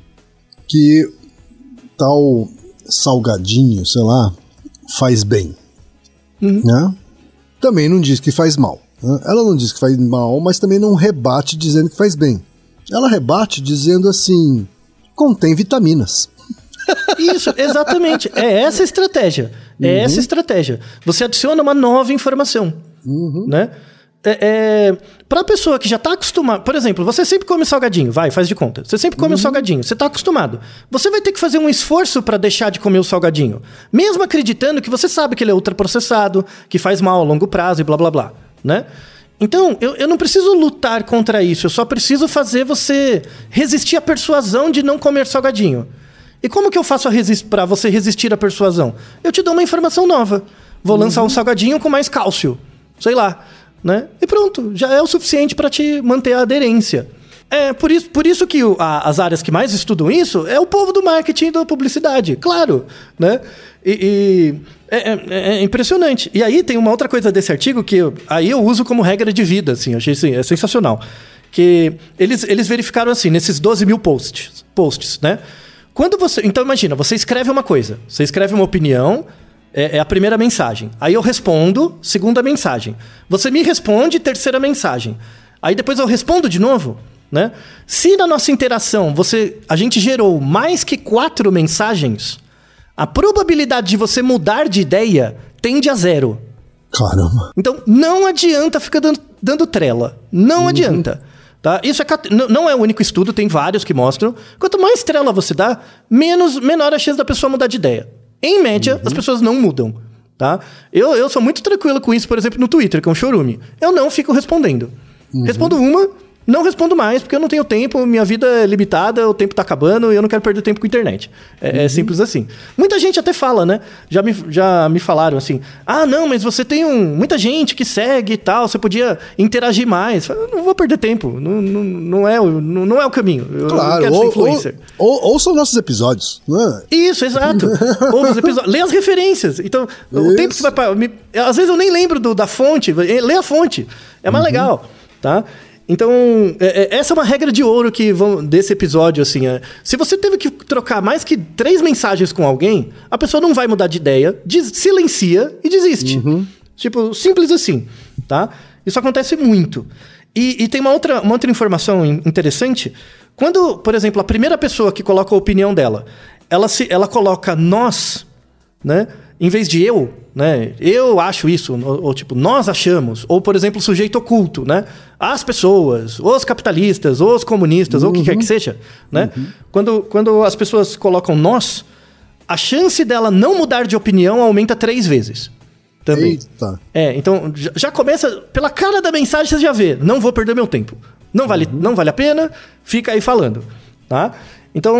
que tal salgadinho, sei lá, faz bem, uhum. Né? Também não diz que faz mal, né? Ela não diz que faz mal, mas também não rebate dizendo que faz bem. Ela rebate dizendo assim, contém vitaminas. Isso, exatamente. É essa a estratégia. É uhum. essa a estratégia. Você adiciona uma nova informação, uhum. Né? É, é, para a pessoa que já está acostumada... Por exemplo, você sempre come salgadinho. Vai, faz de conta. Você sempre come uhum. um salgadinho. Você está acostumado. Você vai ter que fazer um esforço para deixar de comer o salgadinho. Mesmo acreditando que você sabe que ele é ultraprocessado, que faz mal a longo prazo e blá, blá, blá. Né? Então, eu, eu não preciso lutar contra isso. Eu só preciso fazer você resistir à persuasão de não comer salgadinho. E como que eu faço para você resistir à persuasão? Eu te dou uma informação nova. Vou uhum. lançar um salgadinho com mais cálcio. Sei lá. Né? E pronto, já é o suficiente para te manter a aderência. É por isso, por isso que o, a, as áreas que mais estudam isso é o povo do marketing e da publicidade, claro, né? E, e é, é, é impressionante. E aí tem uma outra coisa desse artigo que eu, aí eu uso como regra de vida, assim, eu achei assim, é sensacional. Que eles, eles verificaram assim, nesses doze mil posts, posts, né? Quando você, então imagina, você escreve uma coisa, você escreve uma opinião. É a primeira mensagem. Aí eu respondo, segunda mensagem. Você me responde, terceira mensagem. Aí depois eu respondo de novo, né? Se na nossa interação você, a gente gerou mais que quatro mensagens, a probabilidade de você mudar de ideia tende a zero. Caramba. Então não adianta ficar dando, dando trela. Não uhum. adianta. Tá? Isso é, não é o único estudo, tem vários que mostram. Quanto mais trela você dá, menos, menor a chance da pessoa mudar de ideia. Em média, uhum. as pessoas não mudam, Tá? Eu, eu sou muito tranquilo com isso, por exemplo, no Twitter, que é um chorume. Eu não fico respondendo. Uhum. Respondo uma, não respondo mais, porque eu não tenho tempo, minha vida é limitada, o tempo tá acabando e eu não quero perder tempo com a internet. É, uhum. é simples assim. Muita gente até fala, né? Já me, já me falaram assim, ah, não, mas você tem um, muita gente que segue e tal, você podia interagir mais. Eu não vou perder tempo, não, não, não, é, o, não, não é o caminho. Eu claro, não quero ou, ser influencer. Ou, ou, ouçam nossos episódios, não é? Isso, exato. Ouve os episódios, lê as referências. Então, Isso. o tempo que você vai... Me, às vezes eu nem lembro do, da fonte, lê a fonte. É mais uhum. legal, tá? Então, é, é, essa é uma regra de ouro que vão, desse episódio, assim. É, se você teve que trocar mais que três mensagens com alguém, a pessoa não vai mudar de ideia, diz, silencia e desiste. Uhum. Tipo, simples assim, tá? Isso acontece muito. E, e tem uma outra, uma outra informação interessante. Quando, por exemplo, a primeira pessoa que coloca a opinião dela, ela, se, ela coloca nós, né? Em vez de eu, né? Eu acho isso, ou, ou tipo, nós achamos. Ou, por exemplo, sujeito oculto, né? As pessoas, os capitalistas, os comunistas, uhum. ou o que quer que seja, né? Uhum. Quando, quando as pessoas colocam nós, a chance dela não mudar de opinião aumenta três vezes. Também. Eita. É, então, já, já começa, pela cara da mensagem, você já vê, não vou perder meu tempo. Não vale, uhum. não vale a pena, fica aí falando, tá? Então,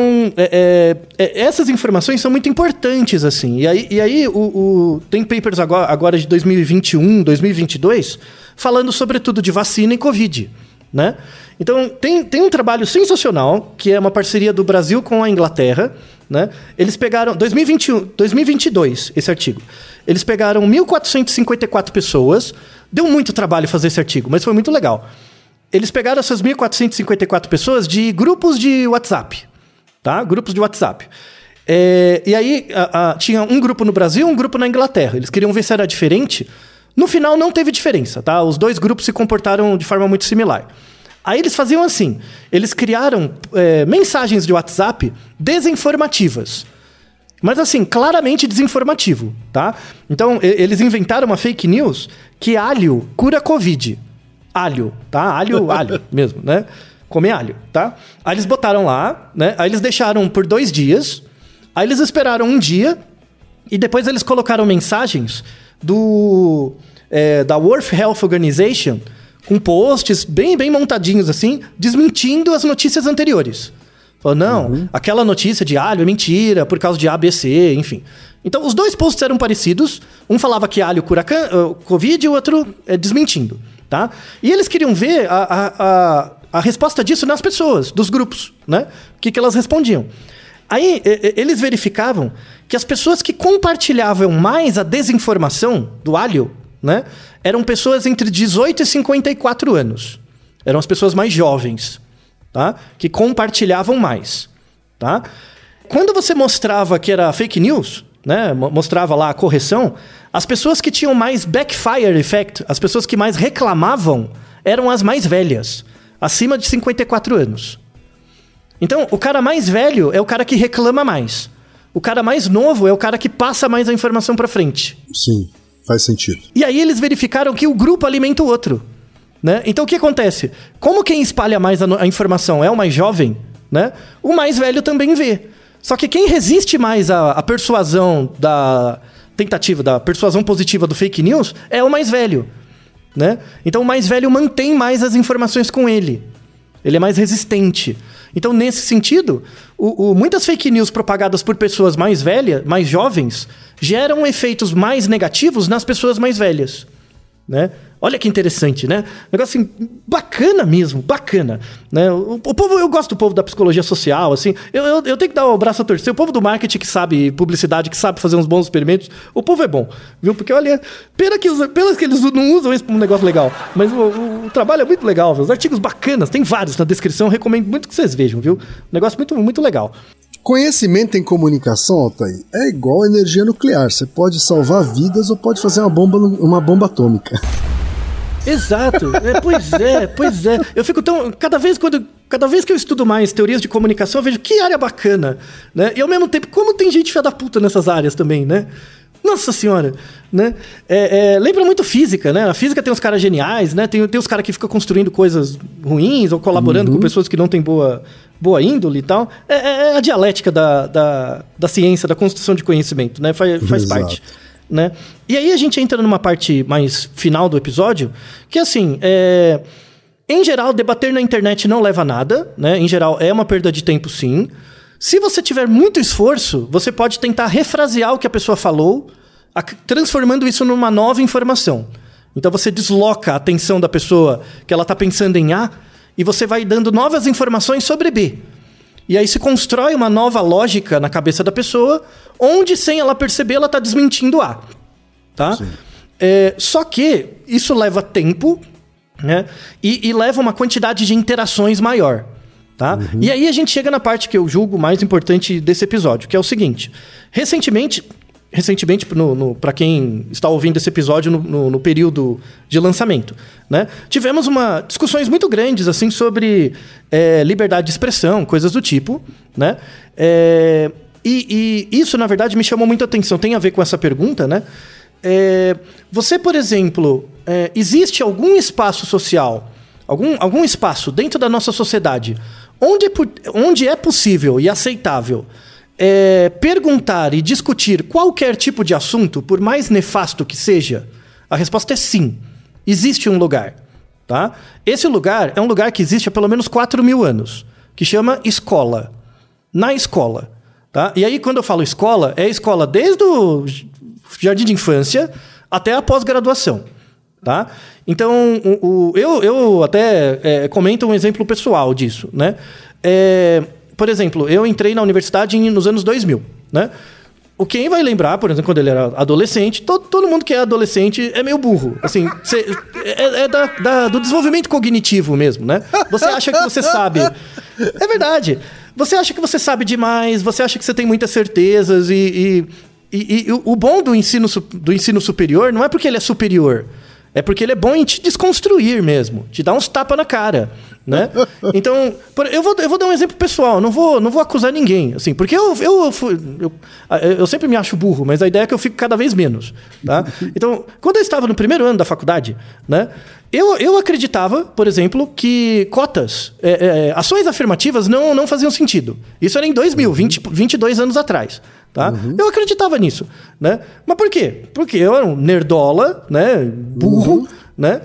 é, é, essas informações são muito importantes, assim. E aí, e aí o, o, tem papers agora, agora de dois mil e vinte e um, dois mil e vinte e dois, falando sobretudo de vacina e Covid, né? Então, tem, tem um trabalho sensacional, que é uma parceria do Brasil com a Inglaterra, né? Eles pegaram... dois mil e vinte e um, dois mil e vinte e dois, esse artigo. Eles pegaram mil quatrocentas e cinquenta e quatro pessoas. Deu muito trabalho fazer esse artigo, mas foi muito legal. Eles pegaram essas mil quatrocentas e cinquenta e quatro pessoas de grupos de WhatsApp. Tá? Grupos de WhatsApp. É, e aí, a, a, tinha um grupo no Brasil e um grupo na Inglaterra. Eles queriam ver se era diferente. No final, não teve diferença, tá? Os dois grupos se comportaram de forma muito similar. Aí eles faziam assim. Eles criaram é, mensagens de WhatsApp desinformativas. Mas assim, claramente desinformativo, tá? Então, e, eles inventaram uma fake news que alho cura Covid. Alho, tá? Alho, alho mesmo, né? Comer alho, tá? Aí eles botaram lá, né? Aí eles deixaram por dois dias. Aí eles esperaram um dia. E depois eles colocaram mensagens do, é, da World Health Organization com posts bem, bem montadinhos, assim, desmentindo as notícias anteriores. Falou, não, uhum. aquela notícia de alho é mentira, por causa de A, B, C, enfim. Então, os dois posts eram parecidos. Um falava que alho cura uh, Covid e o outro é, desmentindo, tá? E eles queriam ver a... a, a A resposta disso nas pessoas, dos grupos, né? O que, que elas respondiam. Aí, e, eles verificavam que as pessoas que compartilhavam mais a desinformação do alho, né? Eram pessoas entre dezoito e cinquenta e quatro anos. Eram as pessoas mais jovens, tá? Que compartilhavam mais, tá? Quando você mostrava que era fake news, né? Mostrava lá a correção, as pessoas que tinham mais backfire effect, as pessoas que mais reclamavam, eram as mais velhas. Acima de cinquenta e quatro anos. Então, o cara mais velho é o cara que reclama mais. O cara mais novo é o cara que passa mais a informação pra frente. Sim, faz sentido. E aí eles verificaram que o grupo alimenta o outro, né? Então, o que acontece? Como quem espalha mais a, a informação é o mais jovem, né? O mais velho também vê. Só que quem resiste mais à, à persuasão da tentativa, da persuasão positiva do fake news é o mais velho. Né? Então o mais velho mantém mais as informações com ele. Ele é mais resistente. Então, nesse sentido, o, o, muitas fake news propagadas por pessoas mais velhas, mais jovens, geram efeitos mais negativos nas pessoas mais velhas. Né? Olha que interessante, né? Negócio assim, bacana mesmo, bacana. Né? O, o povo, eu gosto do povo da psicologia social, assim. Eu, eu, eu tenho que dar o braço a torcer. O povo do marketing que sabe publicidade, que sabe fazer uns bons experimentos, o povo é bom, viu? Porque, olha, pena que, pena que eles não usam isso como um negócio legal. Mas o, o, o trabalho é muito legal, viu? Os artigos bacanas, tem vários na descrição, recomendo muito que vocês vejam, viu? Um negócio muito, muito legal. Conhecimento em comunicação, Altair, é igual energia nuclear. Você pode salvar vidas ou pode fazer uma bomba, uma bomba atômica. Exato, é, pois é, pois é. Eu fico tão... Cada vez, quando, cada vez que eu estudo mais teorias de comunicação, eu vejo que área bacana, né? E ao mesmo tempo, como tem gente filha da puta nessas áreas também, né? Nossa senhora, né? É, é, lembra muito física, né? A física tem uns caras geniais, né? Tem, tem os caras que ficam construindo coisas ruins ou colaborando uhum. com pessoas que não têm boa, boa índole e tal. É, é a dialética da, da, da ciência, da construção de conhecimento, né? Faz, faz parte. né? E aí a gente entra numa parte mais final do episódio, que assim, é... em geral, debater na internet não leva a nada, né? Em geral, é uma perda de tempo, sim. Se você tiver muito esforço, você pode tentar refrasear o que a pessoa falou, transformando isso numa nova informação. Então você desloca a atenção da pessoa que ela está pensando em A e você vai dando novas informações sobre B. E aí se constrói uma nova lógica na cabeça da pessoa, onde, sem ela perceber, ela está desmentindo A. Tá? É, só que isso leva tempo, né? E, e leva uma quantidade de interações maior. Tá? Uhum. E aí a gente chega na parte que eu julgo mais importante desse episódio, que é o seguinte. Recentemente, recentemente no, no, para quem está ouvindo esse episódio no, no, no período de lançamento, né? Tivemos uma, discussões muito grandes assim, sobre é, liberdade de expressão, coisas do tipo, né? É, e, e isso, na verdade, me chamou muita atenção. Tem a ver com essa pergunta, né? É, você, por exemplo, é, existe algum espaço social, algum, algum espaço dentro da nossa sociedade onde, onde é possível e aceitável é, perguntar e discutir qualquer tipo de assunto, por mais nefasto que seja? A resposta é sim. Existe um lugar. Tá? Esse lugar é um lugar que existe há pelo menos quatro mil anos, que chama escola. Na escola. Tá? E aí, quando eu falo escola, é escola desde o jardim de infância até a pós-graduação. Tá? Então, o, o, eu, eu até é, comento um exemplo pessoal disso. Né? É, por exemplo, eu entrei na universidade nos anos dois mil. Né? O quem vai lembrar, por exemplo, quando ele era adolescente, todo, todo mundo que é adolescente é meio burro. Assim, cê, é é da, da, do desenvolvimento cognitivo mesmo, né? Você acha que você sabe. É verdade. Você acha que você sabe demais, você acha que você tem muitas certezas e... e E, e o bom do ensino, do ensino superior não é porque ele é superior, é porque ele é bom em te desconstruir mesmo, te dar uns tapas na cara, né? Então, eu vou, eu vou dar um exemplo pessoal, não vou, não vou acusar ninguém, assim, porque eu, eu, eu, eu sempre me acho burro, mas a ideia é que eu fico cada vez menos, tá? Então, quando eu estava no primeiro ano da faculdade, né, eu, eu acreditava, por exemplo, que cotas, é, é, ações afirmativas não, não faziam sentido. Isso era em dois mil, vinte, vinte e dois anos atrás. Tá? Uhum. Eu acreditava nisso, né? Mas por quê? Porque eu era um nerdola, né? Burro, uhum. né?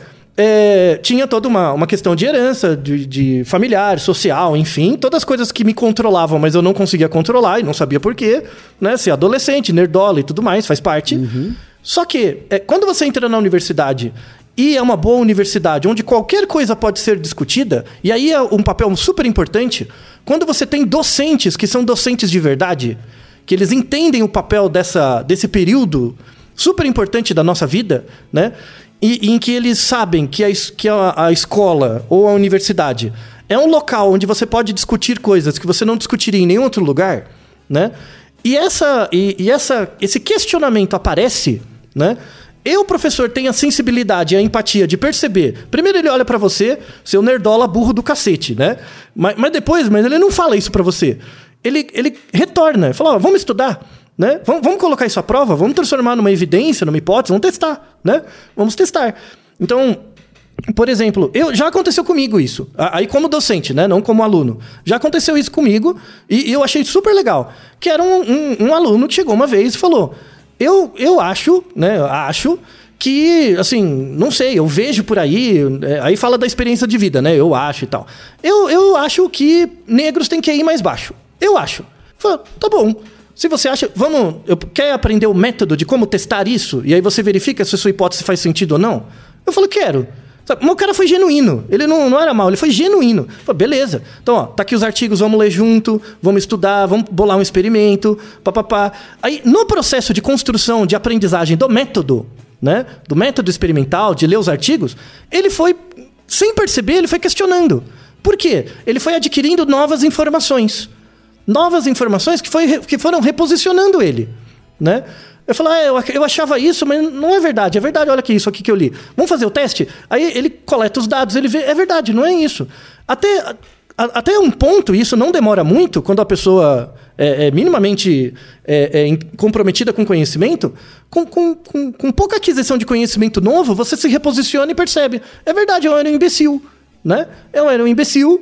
É, tinha toda uma, uma questão de herança, de, de familiar, social, enfim, todas as coisas que me controlavam, mas eu não conseguia controlar e não sabia por quê, né? Ser adolescente, nerdola e tudo mais, faz parte. Uhum. Só que, é, quando você entra na universidade e é uma boa universidade, onde qualquer coisa pode ser discutida, e aí é um papel super importante, quando você tem docentes que são docentes de verdade, que eles entendem o papel dessa, desse período super importante da nossa vida, né? E, e em que eles sabem que, a, que a, a escola ou a universidade é um local onde você pode discutir coisas que você não discutiria em nenhum outro lugar, né? E, essa, e, e essa, esse questionamento aparece, né? E o professor tem a sensibilidade e a empatia de perceber. Primeiro ele olha pra você, seu nerdola burro do cacete, né? Mas, mas depois, mas ele não fala isso pra você. Ele, ele retorna, fala, ó, vamos estudar, né? Vamos, vamos colocar isso à prova, vamos transformar numa evidência, numa hipótese, vamos testar, né? Vamos testar. Então, por exemplo, eu, já aconteceu comigo isso, aí como docente, né? Não como aluno. Já aconteceu isso comigo e, e eu achei super legal, que era um, um, um aluno que chegou uma vez e falou, eu, eu acho, né? Eu acho... que, assim, não sei, eu vejo por aí, é, aí fala da experiência de vida, né? Eu acho e tal. Eu, eu acho que negros têm que ir mais baixo. Eu acho. Fala, tá bom. Se você acha, vamos, eu, quer aprender o método de como testar isso? E aí você verifica se a sua hipótese faz sentido ou não? Eu falo, quero. Sabe, mas o cara foi genuíno. Ele não, não era mal, ele foi genuíno. Falei, beleza. Então, ó, tá aqui os artigos, vamos ler junto, vamos estudar, vamos bolar um experimento, papapá. Aí, no processo de construção, de aprendizagem do método, né, do método experimental, de ler os artigos, ele foi, sem perceber, ele foi questionando. Por quê? Ele foi adquirindo novas informações. Novas informações que, foi, que foram reposicionando ele, né? Eu falei, ah, eu, eu achava isso, mas não é verdade. É verdade, olha aqui, isso aqui que eu li. Vamos fazer o teste? Aí ele coleta os dados, ele vê, é verdade, não é isso. Até, a, até um ponto, isso não demora muito, quando a pessoa é, é minimamente é, é, comprometida com conhecimento, com, com, com, com pouca aquisição de conhecimento novo, você se reposiciona e percebe. É verdade, eu era um imbecil, né? Eu era um imbecil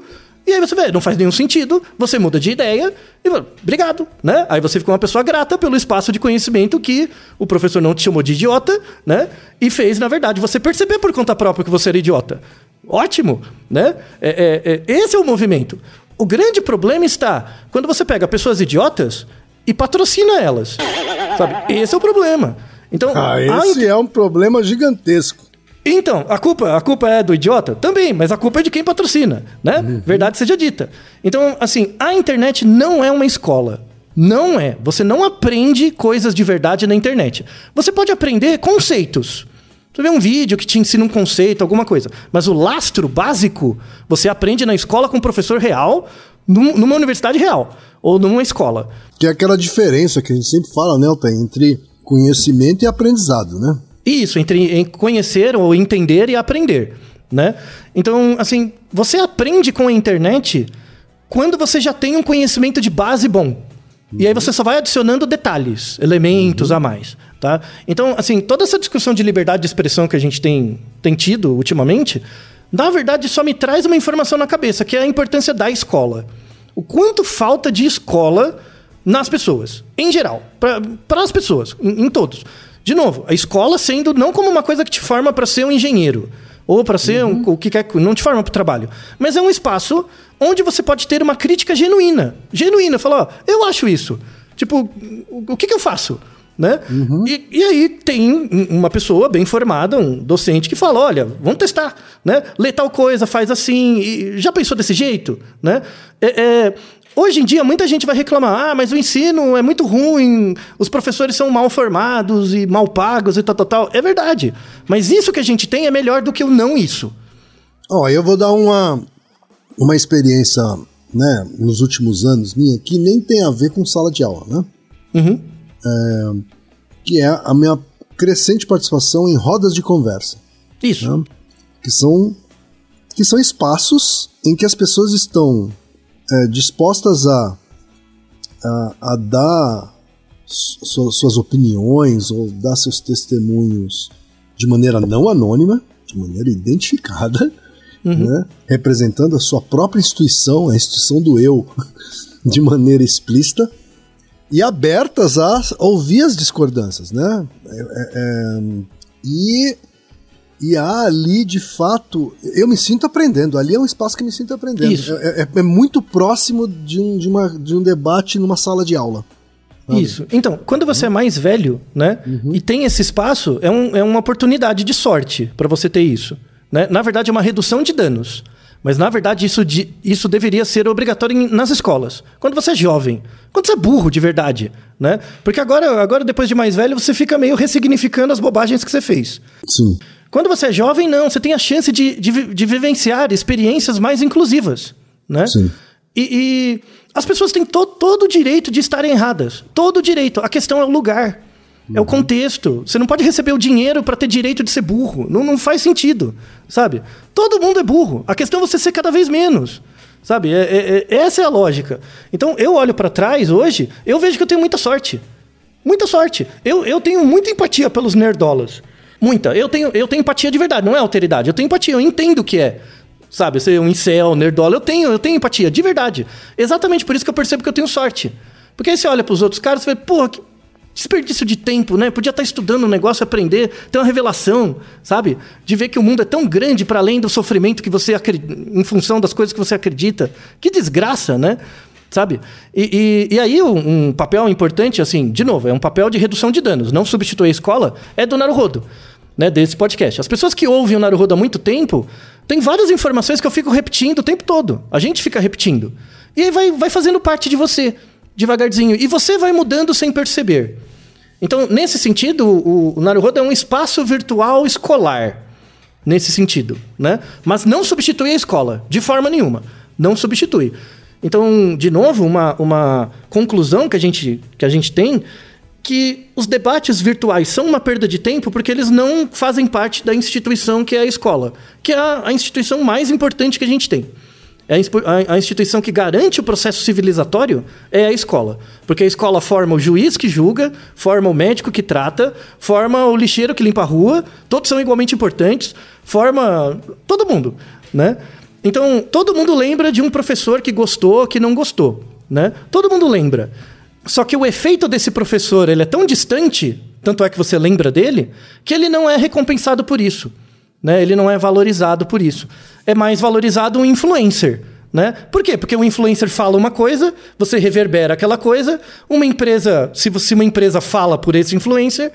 E aí você vê, não faz nenhum sentido, você muda de ideia e fala, obrigado, né? Aí você fica uma pessoa grata pelo espaço de conhecimento que o professor não te chamou de idiota, né? E fez, na verdade, você perceber por conta própria que você era idiota. Ótimo, né? É, é, é, esse é o movimento. O grande problema está quando você pega pessoas idiotas e patrocina elas, sabe? Esse é o problema. Então, ah, esse a... é um problema gigantesco. Então, a culpa, a culpa é do idiota? Também, mas a culpa é de quem patrocina, né? Uhum. Verdade seja dita. Então, assim, a internet não é uma escola. Não é. Você não aprende coisas de verdade na internet. Você pode aprender conceitos. Você vê um vídeo que te ensina um conceito, alguma coisa. Mas o lastro básico, você aprende na escola com um professor real, num, numa universidade real, ou numa escola. Que é aquela diferença que a gente sempre fala, né, Altair, entre conhecimento e aprendizado, né? Isso, entre conhecer ou entender e aprender, né? Então, assim, você aprende com a internet quando você já tem um conhecimento de base bom. Uhum. E aí você só vai adicionando detalhes, elementos uhum. a mais, tá? Então, assim, toda essa discussão de liberdade de expressão que a gente tem, tem tido ultimamente, na verdade só me traz uma informação na cabeça, que é a importância da escola. O quanto falta de escola nas pessoas, em geral, para as pessoas, em, em todos. De novo, a escola sendo não como uma coisa que te forma para ser um engenheiro, ou para ser uhum. um, o que quer, não te forma para o trabalho, mas é um espaço onde você pode ter uma crítica genuína. Genuína, falar, ó, eu acho isso. Tipo, o que, que eu faço? Né? Uhum. E, e aí tem uma pessoa bem formada, um docente que fala, olha, vamos testar, né? Lê tal coisa, faz assim, e já pensou desse jeito? Né? É... é Hoje em dia, muita gente vai reclamar, ah, mas o ensino é muito ruim, os professores são mal formados e mal pagos e tal, tal, tal. É verdade. Mas isso que a gente tem é melhor do que o não isso. Ó, oh, eu vou dar uma, uma experiência, né, nos últimos anos minha, que nem tem a ver com sala de aula, né? Uhum. É, que é a minha crescente participação em rodas de conversa. Isso. Né? Que são, que são espaços em que as pessoas estão... É, dispostas a, a, a dar su, suas opiniões ou dar seus testemunhos de maneira não anônima, de maneira identificada, uhum. né, representando a sua própria instituição, a instituição do eu, de maneira explícita, e abertas a ouvir as discordâncias. Né? É, é, é, e... E há ali, de fato, eu me sinto aprendendo. Ali é um espaço que me sinto aprendendo. Isso. É, é, é muito próximo de um, de, uma, de um debate numa sala de aula. Sabe? Isso. Então, quando você uhum. é mais velho, né, uhum. e tem esse espaço, é, um, é uma oportunidade de sorte para você ter isso. Né? Na verdade, é uma redução de danos. Mas, na verdade, isso, de, isso deveria ser obrigatório em, nas escolas. Quando você é jovem. Quando você é burro, de verdade. Né? Porque agora, agora, depois de mais velho, você fica meio ressignificando as bobagens que você fez. Sim. Quando você é jovem, não. Você tem a chance de, de, de vivenciar experiências mais inclusivas, né? Sim. E, e as pessoas têm to, todo o direito de estarem erradas. Todo o direito. A questão é o lugar. Uhum. É o contexto. Você não pode receber o dinheiro para ter direito de ser burro. Não, não faz sentido, sabe? Todo mundo é burro. A questão é você ser cada vez menos, sabe? É, é, é, essa é a lógica. Então, eu olho para trás hoje, eu vejo que eu tenho muita sorte. Muita sorte. Eu, eu tenho muita empatia pelos nerdolas. Muita. Eu tenho, eu tenho empatia de verdade, não é alteridade. Eu tenho empatia, eu entendo o que é. Sabe, ser um incel, nerdola, eu tenho, eu tenho empatia, de verdade. Exatamente por isso que eu percebo que eu tenho sorte. Porque aí você olha pros outros caras e vê, porra, que desperdício de tempo, né? Podia estar estudando um negócio, aprender, ter uma revelação, sabe? De ver que o mundo é tão grande para além do sofrimento que você acredita, em função das coisas que você acredita. Que desgraça, né? Sabe? E, e, e aí um, um papel importante, assim, de novo, é um papel de redução de danos, não substituir a escola, é do Naruhodo, né, desse podcast. As pessoas que ouvem o Naruhodo há muito tempo, tem várias informações que eu fico repetindo o tempo todo. A gente fica repetindo. E aí vai, vai fazendo parte de você, devagarzinho. E você vai mudando sem perceber. Então, nesse sentido, o, o Naruhodo é um espaço virtual escolar. Nesse sentido, né? Mas não substitui a escola, de forma nenhuma. Não substitui. Então, de novo, uma, uma conclusão que a gente, que a gente tem, que os debates virtuais são uma perda de tempo porque eles não fazem parte da instituição que é a escola, que é a, a instituição mais importante que a gente tem. É a, a instituição que garante o processo civilizatório é a escola. Porque a escola forma o juiz que julga, forma o médico que trata, forma o lixeiro que limpa a rua, todos são igualmente importantes, forma todo mundo, né? Então, todo mundo lembra de um professor que gostou, que não gostou, né? Todo mundo lembra. Só que o efeito desse professor, ele é tão distante, tanto é que você lembra dele, que ele não é recompensado por isso, né? Ele não é valorizado por isso. É mais valorizado um influencer, né? Por quê? Porque o influencer fala uma coisa, você reverbera aquela coisa, uma empresa, se você, uma empresa fala por esse influencer,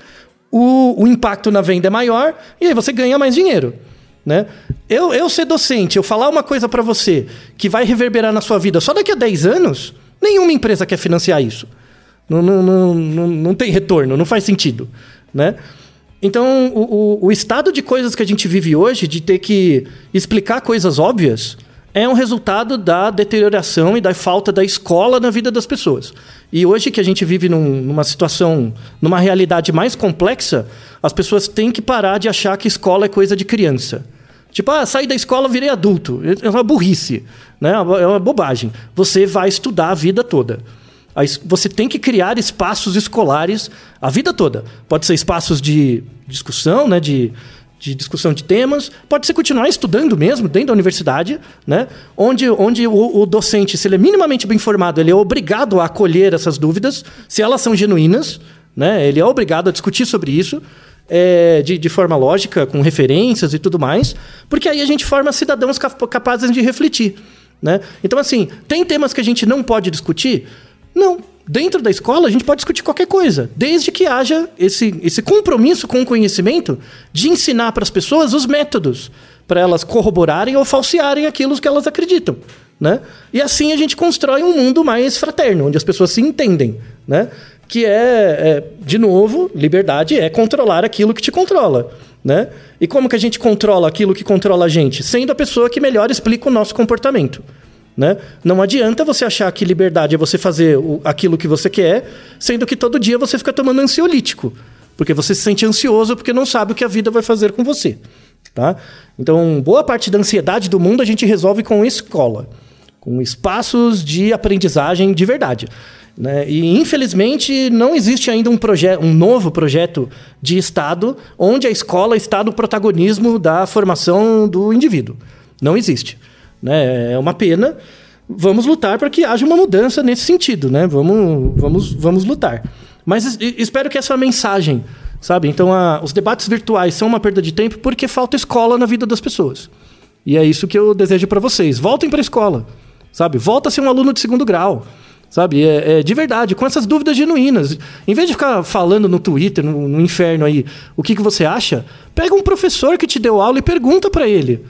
o, o impacto na venda é maior e aí você ganha mais dinheiro, né? Eu, eu ser docente, eu falar uma coisa para você que vai reverberar na sua vida só daqui a dez anos, nenhuma empresa quer financiar isso. Não, não, não, não, não tem retorno, não faz sentido, né? Então, o, o, o estado de coisas que a gente vive hoje, de ter que explicar coisas óbvias, é um resultado da deterioração e da falta da escola na vida das pessoas. E hoje que a gente vive num, numa situação, numa realidade mais complexa, as pessoas têm que parar de achar que escola é coisa de criança. Tipo, ah, saí da escola, virei adulto. É uma burrice, né? É uma bobagem. Você vai estudar a vida toda. Você tem que criar espaços escolares a vida toda. Pode ser espaços de discussão, né? de, de discussão de temas. Pode ser continuar estudando mesmo, dentro da universidade, né? Onde, onde o, o docente, se ele é minimamente bem informado, ele é obrigado a acolher essas dúvidas, se elas são genuínas, né? Ele é obrigado a discutir sobre isso, é, de, de forma lógica, com referências e tudo mais, porque aí a gente forma cidadãos capazes de refletir, né? Então, assim, tem temas que a gente não pode discutir? Não. Dentro da escola, a gente pode discutir qualquer coisa, desde que haja esse, esse compromisso com o conhecimento de ensinar para as pessoas os métodos, para elas corroborarem ou falsearem aquilo que elas acreditam, né? E assim a gente constrói um mundo mais fraterno, onde as pessoas se entendem, né? Que é, é, de novo, liberdade é controlar aquilo que te controla, né? E como que a gente controla aquilo que controla a gente? Sendo a pessoa que melhor explica o nosso comportamento, né? Não adianta você achar que liberdade é você fazer o, aquilo que você quer, sendo que todo dia você fica tomando ansiolítico, porque você se sente ansioso porque não sabe o que a vida vai fazer com você, tá? Então, boa parte da ansiedade do mundo a gente resolve com escola, com espaços de aprendizagem de verdade, né? E, infelizmente, não existe ainda um, proje- um novo projeto de Estado onde a escola está no protagonismo da formação do indivíduo. Não existe. Né? É uma pena. Vamos lutar para que haja uma mudança nesse sentido, né? Vamos, vamos, vamos lutar. Mas espero que essa mensagem, sabe? Então, a, os debates virtuais são uma perda de tempo porque falta escola na vida das pessoas. E é isso que eu desejo para vocês. Voltem para a escola, sabe? Volta a ser um aluno de segundo grau, sabe? É, é de verdade, com essas dúvidas genuínas. Em vez de ficar falando no Twitter, no, no inferno aí, o que, que você acha, pega um professor que te deu aula e pergunta para ele.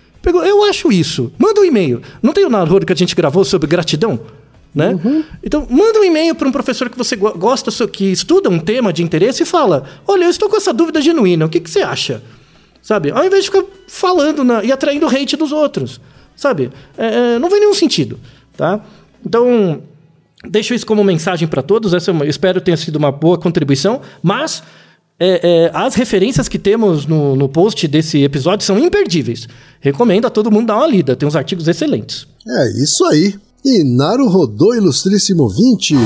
Eu acho isso. Manda um e-mail. Não tem o Naruhodo que a gente gravou sobre gratidão? Né? Uhum. Então, manda um e-mail para um professor que você gosta, que estuda um tema de interesse e fala: olha, eu estou com essa dúvida genuína, o que, que você acha? Sabe? Ao invés de ficar falando na, e atraindo o hate dos outros. Sabe? É, não faz nenhum sentido. Tá? Então, deixo isso como mensagem para todos. Essa é uma, espero que tenha sido uma boa contribuição. Mas É, é, as referências que temos no, no post desse episódio são imperdíveis. Recomendo a todo mundo dar uma lida, tem uns artigos excelentes. É isso aí. E Naruhodo, ilustríssimo ouvinte.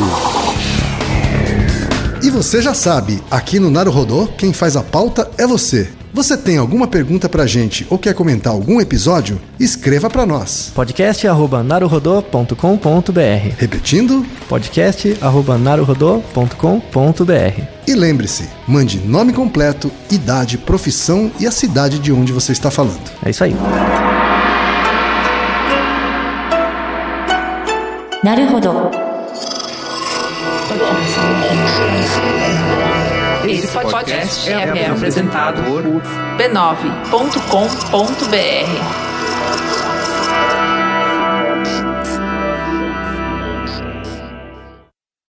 E você já sabe, aqui no Naruhodo, quem faz a pauta é você. Você tem alguma pergunta pra gente ou quer comentar algum episódio? Escreva pra nós. podcast arroba naruhodo ponto com ponto b r. Repetindo? podcast arroba naruhodo ponto com ponto b r. E lembre-se, mande nome completo, idade, profissão e a cidade de onde você está falando. É isso aí. Naruhodo. Esse podcast é, é apresentado por b nove ponto com ponto b r.